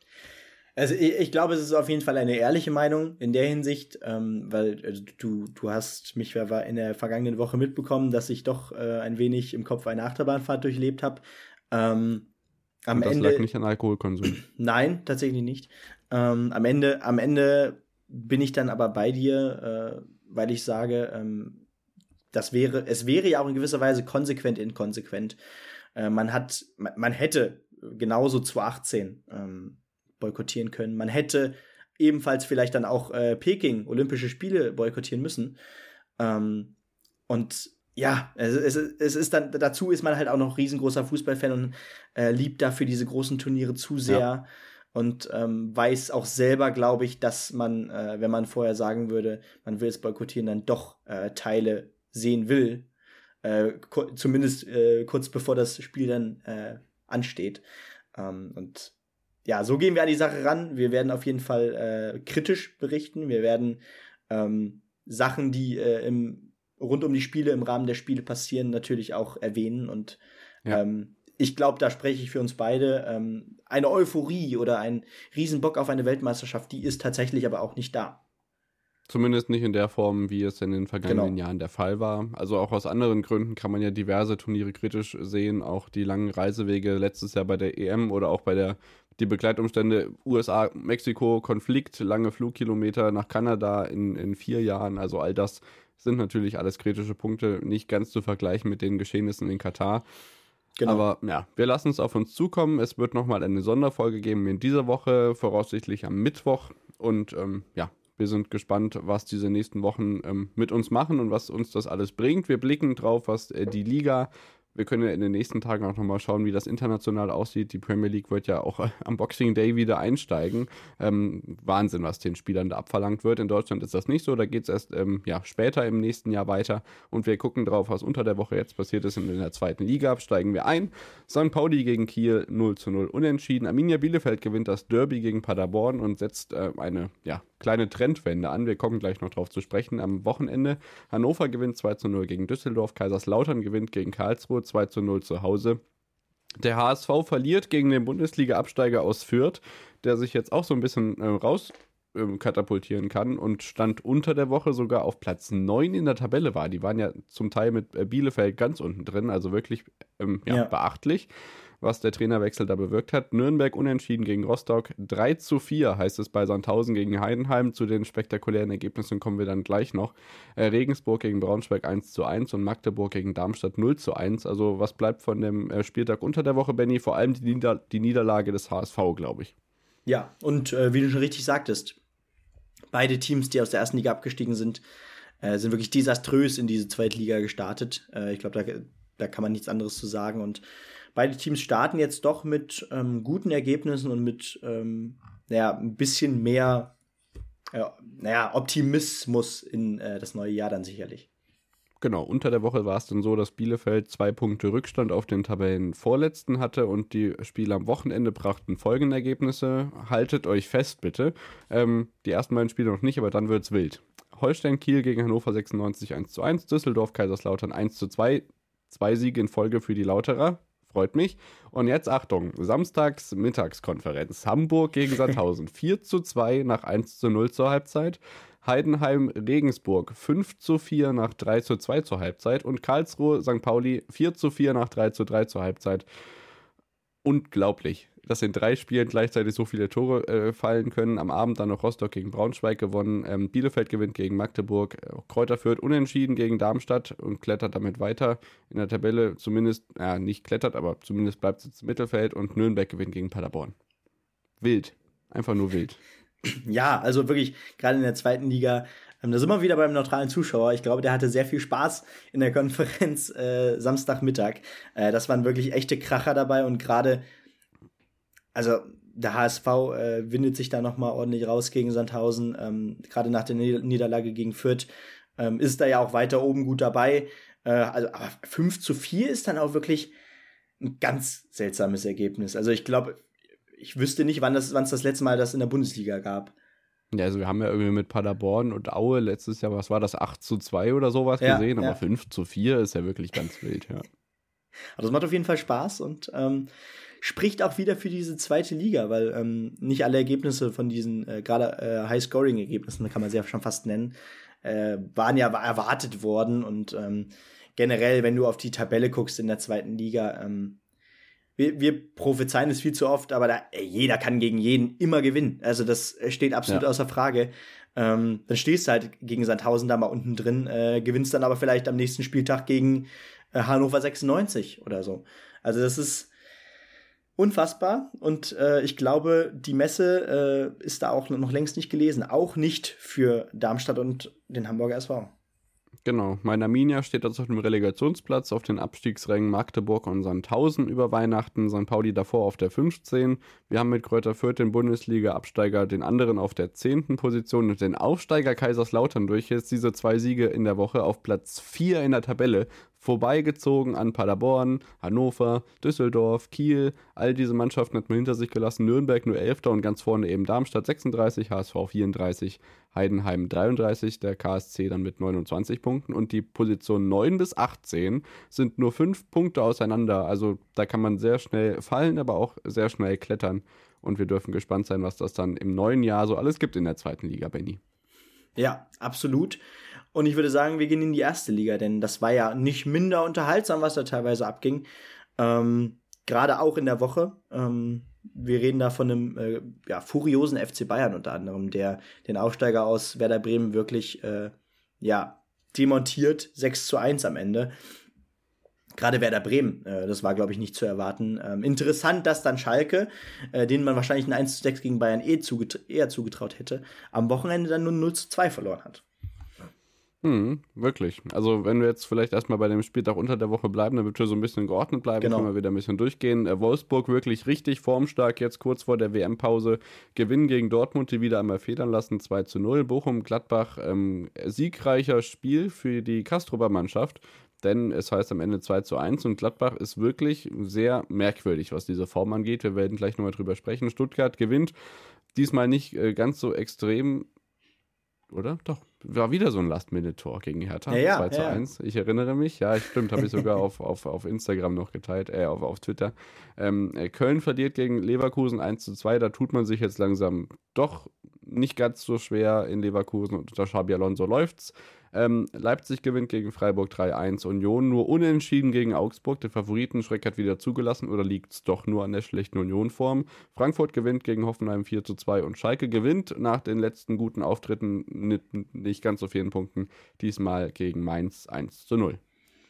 Also ich, ich glaube, es ist auf jeden Fall eine ehrliche Meinung in der Hinsicht, ähm, weil also du, du hast mich in der vergangenen Woche mitbekommen, dass ich doch äh, ein wenig im Kopf eine Achterbahnfahrt durchlebt habe. Ähm, am Und das Ende, lag nicht an Alkoholkonsum. Nein, tatsächlich nicht. Ähm, am Ende, am Ende bin ich dann aber bei dir, äh, weil ich sage, ähm, das wäre, es wäre ja auch in gewisser Weise konsequent inkonsequent. Äh, man hat, man, man hätte genauso zweitausendachtzehn ähm, boykottieren können. Man hätte ebenfalls vielleicht dann auch äh, Peking, Olympische Spiele boykottieren müssen. Ähm, und ja, es, es, es ist dann, dazu ist man halt auch noch riesengroßer Fußballfan und äh, liebt dafür diese großen Turniere zu sehr. Ja. Und ähm, weiß auch selber, glaube ich, dass man, äh, wenn man vorher sagen würde, man will es boykottieren, dann doch äh, Teile sehen will. Äh, ku- zumindest äh, kurz bevor das Spiel dann äh, ansteht. Ähm, und ja, so gehen wir an die Sache ran. Wir werden auf jeden Fall äh, kritisch berichten. Wir werden ähm, Sachen, die äh, im rund um die Spiele, im Rahmen der Spiele passieren, natürlich auch erwähnen. Und ja. ähm, ich glaube, da spreche ich für uns beide. Ähm, eine Euphorie oder ein Riesenbock auf eine Weltmeisterschaft, die ist tatsächlich aber auch nicht da. Zumindest nicht in der Form, wie es in den vergangenen Genau. Jahren der Fall war. Also auch aus anderen Gründen kann man ja diverse Turniere kritisch sehen. Auch die langen Reisewege letztes Jahr bei der E M oder auch bei der die Begleitumstände U S A, Mexiko, Konflikt, lange Flugkilometer nach Kanada in, in vier Jahren. Also all das sind natürlich alles kritische Punkte, nicht ganz zu vergleichen mit den Geschehnissen in Katar. Genau. Aber ja, wir lassen es auf uns zukommen. Es wird nochmal eine Sonderfolge geben in dieser Woche, voraussichtlich am Mittwoch. Und ähm, ja, wir sind gespannt, was diese nächsten Wochen ähm, mit uns machen und was uns das alles bringt. Wir blicken drauf, was äh, die Liga, wir können ja in den nächsten Tagen auch nochmal schauen, wie das international aussieht. Die Premier League wird ja auch äh, am Boxing Day wieder einsteigen. Ähm, Wahnsinn, was den Spielern da abverlangt wird. In Deutschland ist das nicht so, da geht es erst ähm, ja, später im nächsten Jahr weiter. Und wir gucken drauf, was unter der Woche jetzt passiert ist. Und in der zweiten Liga steigen wir ein. Sankt Pauli gegen Kiel null zu null unentschieden. Arminia Bielefeld gewinnt das Derby gegen Paderborn und setzt äh, eine ja, kleine Trendwende an. Wir kommen gleich noch drauf zu sprechen. Am Wochenende Hannover gewinnt zwei zu null gegen Düsseldorf. Kaiserslautern gewinnt gegen Karlsruhe zwei zu null zu Hause. Der H S V verliert gegen den Bundesliga-Absteiger aus Fürth, der sich jetzt auch so ein bisschen äh, raus äh, katapultieren kann und stand unter der Woche sogar auf Platz neun in der Tabelle war. Die waren ja zum Teil mit äh, Bielefeld ganz unten drin, also wirklich ähm, ja, ja. beachtlich, was der Trainerwechsel da bewirkt hat. Nürnberg unentschieden gegen Rostock, drei zu vier heißt es bei Sandhausen gegen Heidenheim. Zu den spektakulären Ergebnissen kommen wir dann gleich noch. Äh, Regensburg gegen Braunschweig eins zu eins und Magdeburg gegen Darmstadt null zu eins. Also was bleibt von dem äh, Spieltag unter der Woche, Benni? Vor allem die, Nieder- die Niederlage des H S V, glaube ich. Ja, und äh, wie du schon richtig sagtest, beide Teams, die aus der ersten Liga abgestiegen sind, äh, sind wirklich desaströs in diese zweite Liga gestartet. Äh, ich glaube, da, da kann man nichts anderes zu sagen. Und beide Teams starten jetzt doch mit ähm, guten Ergebnissen und mit ähm, naja, ein bisschen mehr äh, naja, Optimismus in äh, das neue Jahr dann sicherlich. Genau, unter der Woche war es dann so, dass Bielefeld zwei Punkte Rückstand auf den Tabellenvorletzten hatte und die Spiele am Wochenende brachten folgende Ergebnisse. Haltet euch fest, bitte. Ähm, die ersten beiden Spiele noch nicht, aber dann wird's wild. Holstein Kiel gegen Hannover sechsundneunzig eins zu eins, Düsseldorf Kaiserslautern eins zu zwei, zwei Siege in Folge für die Lauterer. freut mich. Und jetzt Achtung, samstags Mittagskonferenz. Hamburg gegen Sandhausen, vier zu zwei nach eins zu null zur Halbzeit. Heidenheim-Regensburg fünf zu vier nach drei zu zwei zur Halbzeit und Karlsruhe-Sankt Pauli vier zu vier nach drei zu drei zur Halbzeit. Unglaublich, dass in drei Spielen gleichzeitig so viele Tore äh, fallen können. Am Abend dann noch Rostock gegen Braunschweig gewonnen, ähm, Bielefeld gewinnt gegen Magdeburg, äh, Kräuter Fürth unentschieden gegen Darmstadt und klettert damit weiter in der Tabelle, zumindest, ja, nicht klettert, aber zumindest bleibt es jetzt im Mittelfeld und Nürnberg gewinnt gegen Paderborn. Wild, einfach nur wild. Ja, also wirklich, gerade in der zweiten Liga, ähm, da sind wir wieder beim neutralen Zuschauer. Ich glaube, der hatte sehr viel Spaß in der Konferenz äh, Samstagmittag. Äh, das waren wirklich echte Kracher dabei und gerade, also der H S V äh, windet sich da nochmal ordentlich raus gegen Sandhausen. Ähm, gerade nach der Nieder- Niederlage gegen Fürth ähm, ist da ja auch weiter oben gut dabei. Äh, also, aber fünf zu vier ist dann auch wirklich ein ganz seltsames Ergebnis. Also ich glaube, ich wüsste nicht, wann das, wann es das letzte Mal das in der Bundesliga gab. Ja, also wir haben ja irgendwie mit Paderborn und Aue letztes Jahr, was war das, acht zu zwei oder sowas Ja, gesehen, aber ja. fünf zu vier ist ja wirklich ganz wild, ja. Aber das macht auf jeden Fall Spaß und ähm, spricht auch wieder für diese zweite Liga, weil ähm, nicht alle Ergebnisse von diesen, äh, gerade äh, High-Scoring-Ergebnissen, kann man sie ja schon fast nennen, äh, waren ja erwartet worden und ähm, generell, wenn du auf die Tabelle guckst in der zweiten Liga, ähm, Wir, wir prophezeien es viel zu oft, aber da, ey, jeder kann gegen jeden immer gewinnen. Also das steht absolut Ja. außer Frage. Ähm, dann stehst du halt gegen Sandhausen da mal unten drin, äh, gewinnst dann aber vielleicht am nächsten Spieltag gegen äh, Hannover sechsundneunzig oder so. Also das ist unfassbar und äh, ich glaube, die Messe äh, ist da auch noch längst nicht gelesen. Auch nicht für Darmstadt und den Hamburger S V. Genau, mein Arminia steht also auf dem Relegationsplatz auf den Abstiegsrängen Magdeburg und Sandhausen über Weihnachten, Sankt Pauli davor auf der fünfzehn. Wir haben mit Kräuter Fürth den Bundesliga-Absteiger, den anderen auf der zehnten Position und den Aufsteiger Kaiserslautern durch jetzt diese zwei Siege in der Woche auf Platz vier in der Tabelle. Vorbeigezogen an Paderborn, Hannover, Düsseldorf, Kiel. All diese Mannschaften hat man hinter sich gelassen. Nürnberg nur Elfter und ganz vorne eben Darmstadt sechsunddreißig, H S V vierunddreißig, Heidenheim dreiunddreißig, der K S C dann mit neunundzwanzig Punkten. Und die Positionen neun bis achtzehn sind nur fünf Punkte auseinander. Also da kann man sehr schnell fallen, aber auch sehr schnell klettern. Und wir dürfen gespannt sein, was das dann im neuen Jahr so alles gibt in der zweiten Liga, Benni. Ja, absolut. Und ich würde sagen, wir gehen in die erste Liga, denn das war ja nicht minder unterhaltsam, was da teilweise abging. Ähm, Gerade auch in der Woche. Ähm, wir reden da von einem äh, ja, furiosen F C Bayern unter anderem, der den Aufsteiger aus Werder Bremen wirklich äh, ja, demontiert. sechs zu eins am Ende. Gerade Werder Bremen, äh, das war, glaube ich, nicht zu erwarten. Ähm, interessant, dass dann Schalke, äh, denen man wahrscheinlich ein eins zu sechs gegen Bayern eh zuget- eher zugetraut hätte, am Wochenende dann nur null zu zwei verloren hat. Hm, wirklich. Also wenn wir jetzt vielleicht erstmal bei dem Spieltag unter der Woche bleiben, damit wir so ein bisschen geordnet bleiben, Genau. können wir wieder ein bisschen durchgehen. Äh, Wolfsburg wirklich richtig formstark, jetzt kurz vor der W M-Pause. Gewinn gegen Dortmund, die wieder einmal federn lassen, zwei zu null. Bochum, Gladbach, ähm, siegreicher Spiel für die Kastrober Mannschaft, denn es heißt am Ende zwei zu eins und Gladbach ist wirklich sehr merkwürdig, was diese Form angeht. Wir werden gleich nochmal drüber sprechen. Stuttgart gewinnt, diesmal nicht äh, ganz so extrem, oder? Doch, war wieder so ein Last-Minute-Tor gegen Hertha, Ja, ja, zwei zu ja. eins. Ich erinnere mich, ja, stimmt, habe ich sogar auf, auf, auf Instagram noch geteilt, äh, auf, auf Twitter. Ähm, äh, Köln verliert gegen Leverkusen eins zu zwei, da tut man sich jetzt langsam doch nicht ganz so schwer in Leverkusen und unter Xabi Alonso läuft's. Ähm, Leipzig gewinnt gegen Freiburg drei eins, Union nur unentschieden gegen Augsburg, der Favoritenschreck hat wieder zugelassen oder liegt es doch nur an der schlechten Union-Form. Frankfurt gewinnt gegen Hoffenheim vier zu zwei und Schalke gewinnt nach den letzten guten Auftritten mit nicht ganz so vielen Punkten, diesmal gegen Mainz eins zu null.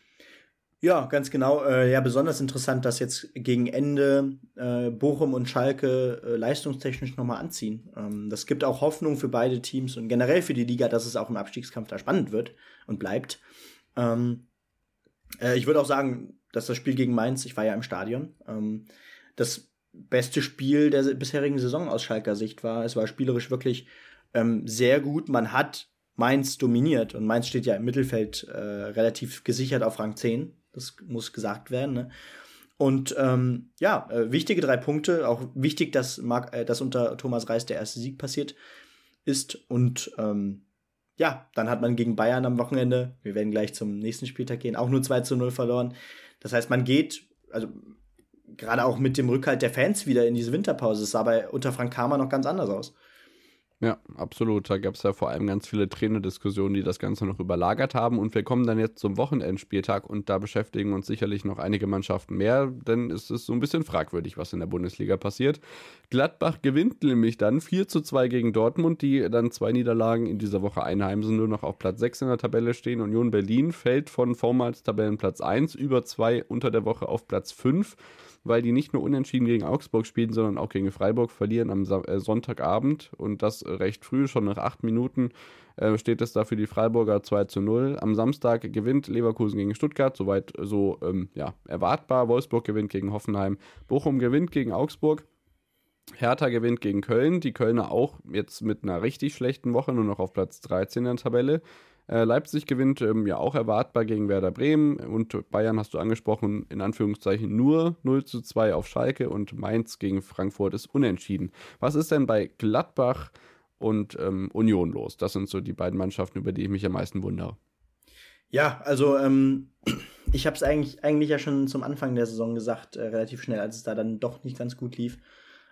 Ja, ganz genau. Äh, ja, besonders interessant, dass jetzt gegen Ende äh, Bochum und Schalke äh, leistungstechnisch nochmal anziehen. Ähm, das gibt auch Hoffnung für beide Teams und generell für die Liga, dass es auch im Abstiegskampf da spannend wird und bleibt. Ähm, äh, ich würde auch sagen, dass das Spiel gegen Mainz, ich war ja im Stadion, ähm, das beste Spiel der bisherigen Saison aus Schalker Sicht war. Es war spielerisch wirklich ähm, sehr gut. Man hat Mainz dominiert und Mainz steht ja im Mittelfeld äh, relativ gesichert auf Rang zehn. Das muss gesagt werden. Ne? Und ähm, ja, äh, wichtige drei Punkte. Auch wichtig, dass, Marc, äh, dass unter Thomas Reis der erste Sieg passiert ist. Und ähm, ja, dann hat man gegen Bayern am Wochenende, wir werden gleich zum nächsten Spieltag gehen, auch nur zwei zu null verloren. Das heißt, man geht, also gerade auch mit dem Rückhalt der Fans wieder in diese Winterpause. Es sah bei unter Frank Kramer noch ganz anders aus. Ja, absolut. Da gab es ja vor allem ganz viele Trainerdiskussionen, die das Ganze noch überlagert haben. Und wir kommen dann jetzt zum Wochenendspieltag und da beschäftigen uns sicherlich noch einige Mannschaften mehr, denn es ist so ein bisschen fragwürdig, was in der Bundesliga passiert. Gladbach gewinnt nämlich dann vier zu zwei gegen Dortmund, die dann zwei Niederlagen in dieser Woche einheimsen, nur noch auf Platz sechs in der Tabelle stehen. Union Berlin fällt von vormals Tabellenplatz eins über zwei unter der Woche auf Platz fünf, weil die nicht nur unentschieden gegen Augsburg spielen, sondern auch gegen Freiburg verlieren am Sa- äh, Sonntagabend und das recht früh, schon nach acht Minuten äh, steht es da für die Freiburger zwei zu null. Am Samstag gewinnt Leverkusen gegen Stuttgart, soweit so ähm, ja, erwartbar. Wolfsburg gewinnt gegen Hoffenheim, Bochum gewinnt gegen Augsburg. Hertha gewinnt gegen Köln, die Kölner auch jetzt mit einer richtig schlechten Woche, nur noch auf Platz dreizehn in der Tabelle. Äh, Leipzig gewinnt ähm, ja auch erwartbar gegen Werder Bremen und Bayern hast du angesprochen, in Anführungszeichen nur null zu zwei auf Schalke und Mainz gegen Frankfurt ist unentschieden. Was ist denn bei Gladbach und ähm, Union los? Das sind so die beiden Mannschaften, über die ich mich am meisten wundere. Ja, also ähm, ich habe es eigentlich, eigentlich ja schon zum Anfang der Saison gesagt, äh, relativ schnell, als es da dann doch nicht ganz gut lief.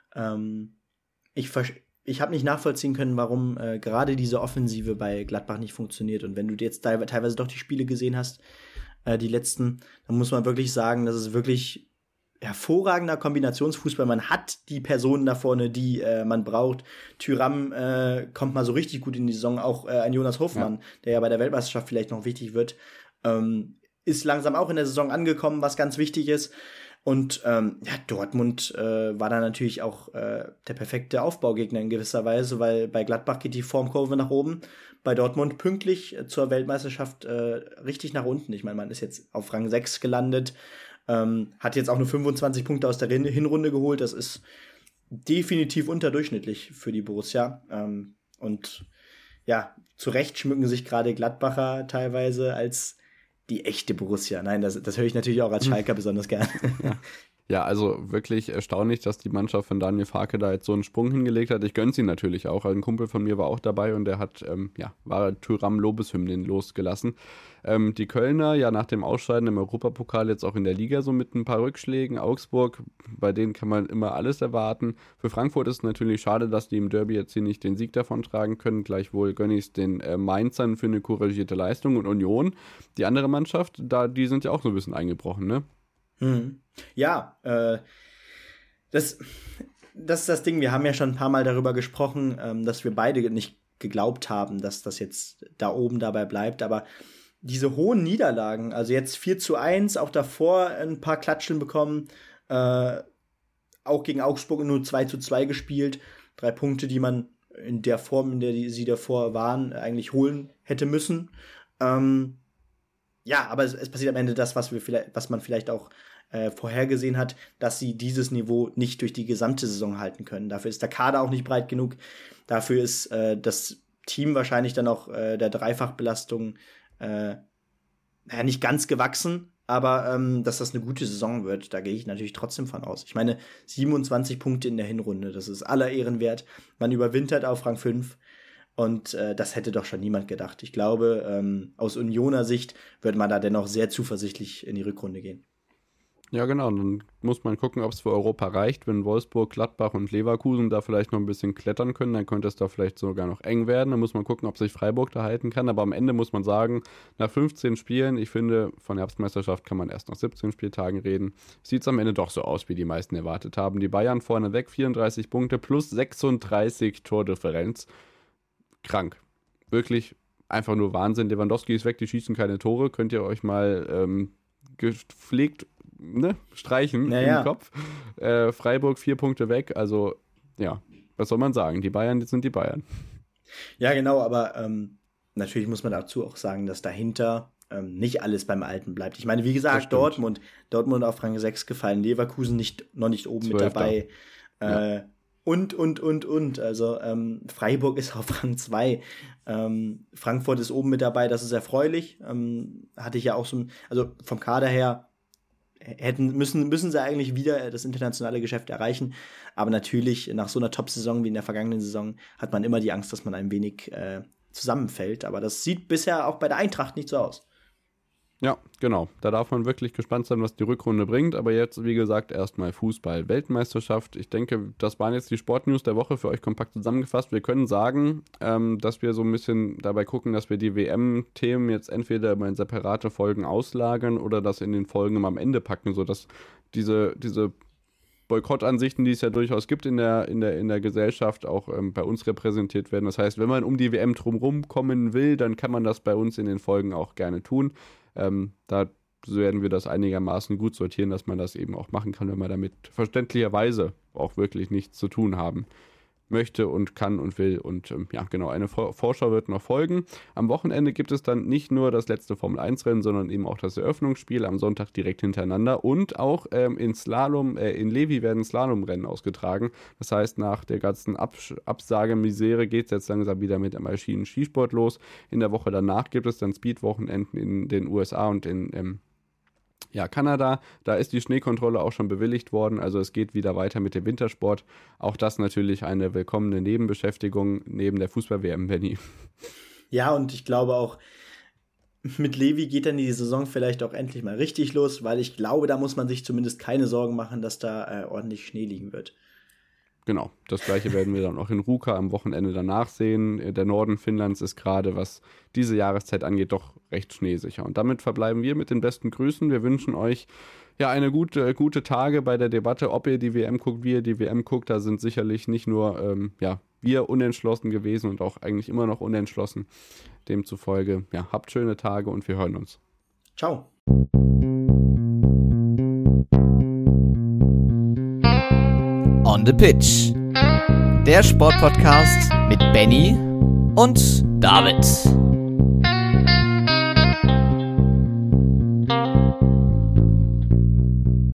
Ähm, ich ver- ich habe nicht nachvollziehen können, warum äh, gerade diese Offensive bei Gladbach nicht funktioniert. Und wenn du jetzt te- teilweise doch die Spiele gesehen hast, äh, die letzten, dann muss man wirklich sagen, dass es wirklich hervorragender Kombinationsfußball. Man hat die Personen da vorne, die äh, man braucht. Thuram äh, kommt mal so richtig gut in die Saison. Auch äh, ein Jonas Hofmann, ja. der ja bei der Weltmeisterschaft vielleicht noch wichtig wird, ähm, ist langsam auch in der Saison angekommen, was ganz wichtig ist. Und ähm, ja, Dortmund äh, war da natürlich auch äh, der perfekte Aufbaugegner in gewisser Weise, weil bei Gladbach geht die Formkurve nach oben, bei Dortmund pünktlich äh, zur Weltmeisterschaft äh, richtig nach unten. Ich meine, man ist jetzt auf Rang sechs gelandet, ähm, hat jetzt auch nur fünfundzwanzig Punkte aus der Hinrunde geholt. Das ist definitiv unterdurchschnittlich für die Borussia. Ähm, und ja, zu Recht schmücken sich gerade Gladbacher teilweise als die echte Borussia. Nein, das, das höre ich natürlich auch als Schalker besonders gern. Ja. Ja, also wirklich erstaunlich, dass die Mannschaft von Daniel Farke da jetzt so einen Sprung hingelegt hat. Ich gönn's ihn natürlich auch. Ein Kumpel von mir war auch dabei und der hat, ähm, ja, war Thuram Lobeshymnen losgelassen. Ähm, die Kölner, ja, nach dem Ausscheiden im Europapokal jetzt auch in der Liga so mit ein paar Rückschlägen. Augsburg, bei denen kann man immer alles erwarten. Für Frankfurt ist es natürlich schade, dass die im Derby jetzt hier nicht den Sieg davontragen können. Gleichwohl gönne ich es den äh, Mainzern für eine couragierte Leistung. Und Union, die andere Mannschaft, da, die sind ja auch so ein bisschen eingebrochen, ne? Hm. Ja, äh, das, das ist das Ding. Wir haben ja schon ein paar Mal darüber gesprochen, ähm, dass wir beide nicht geglaubt haben, dass das jetzt da oben dabei bleibt. Aber diese hohen Niederlagen, also jetzt vier zu eins, auch davor ein paar Klatschen bekommen, äh, auch gegen Augsburg nur zwei zu zwei gespielt. Drei Punkte, die man in der Form, in der die, sie davor waren, eigentlich holen hätte müssen. Ähm, ja, aber es, es passiert am Ende das, was wir vielleicht, was man vielleicht auch äh, vorhergesehen hat, dass sie dieses Niveau nicht durch die gesamte Saison halten können. Dafür ist der Kader auch nicht breit genug. Dafür ist äh, das Team wahrscheinlich dann auch äh, der Dreifachbelastung äh, naja, nicht ganz gewachsen, aber ähm, dass das eine gute Saison wird, da gehe ich natürlich trotzdem von aus. Ich meine, siebenundzwanzig Punkte in der Hinrunde, das ist aller Ehren wert. Man überwintert auf Rang fünf. Und äh, das hätte doch schon niemand gedacht. Ich glaube, ähm, aus Unioner Sicht wird man da dennoch sehr zuversichtlich in die Rückrunde gehen. Ja, genau. Dann muss man gucken, ob es für Europa reicht. Wenn Wolfsburg, Gladbach und Leverkusen da vielleicht noch ein bisschen klettern können, dann könnte es da vielleicht sogar noch eng werden. Dann muss man gucken, ob sich Freiburg da halten kann. Aber am Ende muss man sagen, nach fünfzehn Spielen, ich finde, von der Herbstmeisterschaft kann man erst nach siebzehn Spieltagen reden, sieht es am Ende doch so aus, wie die meisten erwartet haben. Die Bayern vorne weg, vierunddreißig Punkte plus sechsunddreißig Tordifferenz. Krank. Wirklich einfach nur Wahnsinn. Lewandowski ist weg, die schießen keine Tore. Könnt ihr euch mal ähm, gepflegt ne, streichen naja. im Kopf. Äh, Freiburg vier Punkte weg. Also, ja, was soll man sagen? Die Bayern, die sind die Bayern. Ja, genau, aber ähm, natürlich muss man dazu auch sagen, dass dahinter ähm, nicht alles beim Alten bleibt. Ich meine, wie gesagt, Dortmund, Dortmund auf Rang sechs gefallen, Leverkusen nicht, noch nicht oben Zwölfter. Mit dabei. Äh, ja. Und, und, und, und. Also ähm, Freiburg ist auf Rang zwei. Ähm, Frankfurt ist oben mit dabei, das ist erfreulich. Ähm, hatte ich ja auch so, also vom Kader her hätten müssen, müssen sie eigentlich wieder das internationale Geschäft erreichen. Aber natürlich, nach so einer Top-Saison wie in der vergangenen Saison, hat man immer die Angst, dass man ein wenig äh, zusammenfällt. Aber das sieht bisher auch bei der Eintracht nicht so aus. Ja, genau. Da darf man wirklich gespannt sein, was die Rückrunde bringt. Aber jetzt, wie gesagt, erstmal Fußball-Weltmeisterschaft. Ich denke, das waren jetzt die Sportnews der Woche für euch kompakt zusammengefasst. Wir können sagen, ähm, dass wir so ein bisschen dabei gucken, dass wir die W M-Themen jetzt entweder in separate Folgen auslagern oder das in den Folgen am Ende packen, sodass diese, diese Boykottansichten, die es ja durchaus gibt in der, in der, in der Gesellschaft, auch ähm, bei uns repräsentiert werden. Das heißt, wenn man um die W M drumherum kommen will, dann kann man das bei uns in den Folgen auch gerne tun. Ähm, da werden wir das einigermaßen gut sortieren, dass man das eben auch machen kann, wenn man damit verständlicherweise auch wirklich nichts zu tun haben möchte und kann und will. Und ähm, ja, genau, eine Vor- Vorschau wird noch folgen. Am Wochenende gibt es dann nicht nur das letzte Formel eins Rennen, sondern eben auch das Eröffnungsspiel am Sonntag direkt hintereinander. Und auch ähm, in Slalom, äh, in Levi werden Slalomrennen ausgetragen. Das heißt, nach der ganzen Abs- Absagemisere geht es jetzt langsam wieder mit dem alpinen Skisport los. In der Woche danach gibt es dann Speed-Wochenenden in den U S A und in ähm, Ja, Kanada, da ist die Schneekontrolle auch schon bewilligt worden, also es geht wieder weiter mit dem Wintersport. Auch das natürlich eine willkommene Nebenbeschäftigung neben der Fußball-W M, Benny. Ja, und ich glaube auch, mit Levi geht dann die Saison vielleicht auch endlich mal richtig los, weil ich glaube, da muss man sich zumindest keine Sorgen machen, dass da äh, ordentlich Schnee liegen wird. Genau, das gleiche werden wir dann auch in Ruka am Wochenende danach sehen. Der Norden Finnlands ist gerade, was diese Jahreszeit angeht, doch recht schneesicher. Und damit verbleiben wir mit den besten Grüßen. Wir wünschen euch ja eine gute, gute Tage bei der Debatte, ob ihr die W M guckt, wie ihr die W M guckt. Da sind sicherlich nicht nur ähm, ja, wir unentschlossen gewesen und auch eigentlich immer noch unentschlossen. Demzufolge, ja, habt schöne Tage und wir hören uns. Ciao. On the Pitch. Der Sportpodcast mit Benny und David.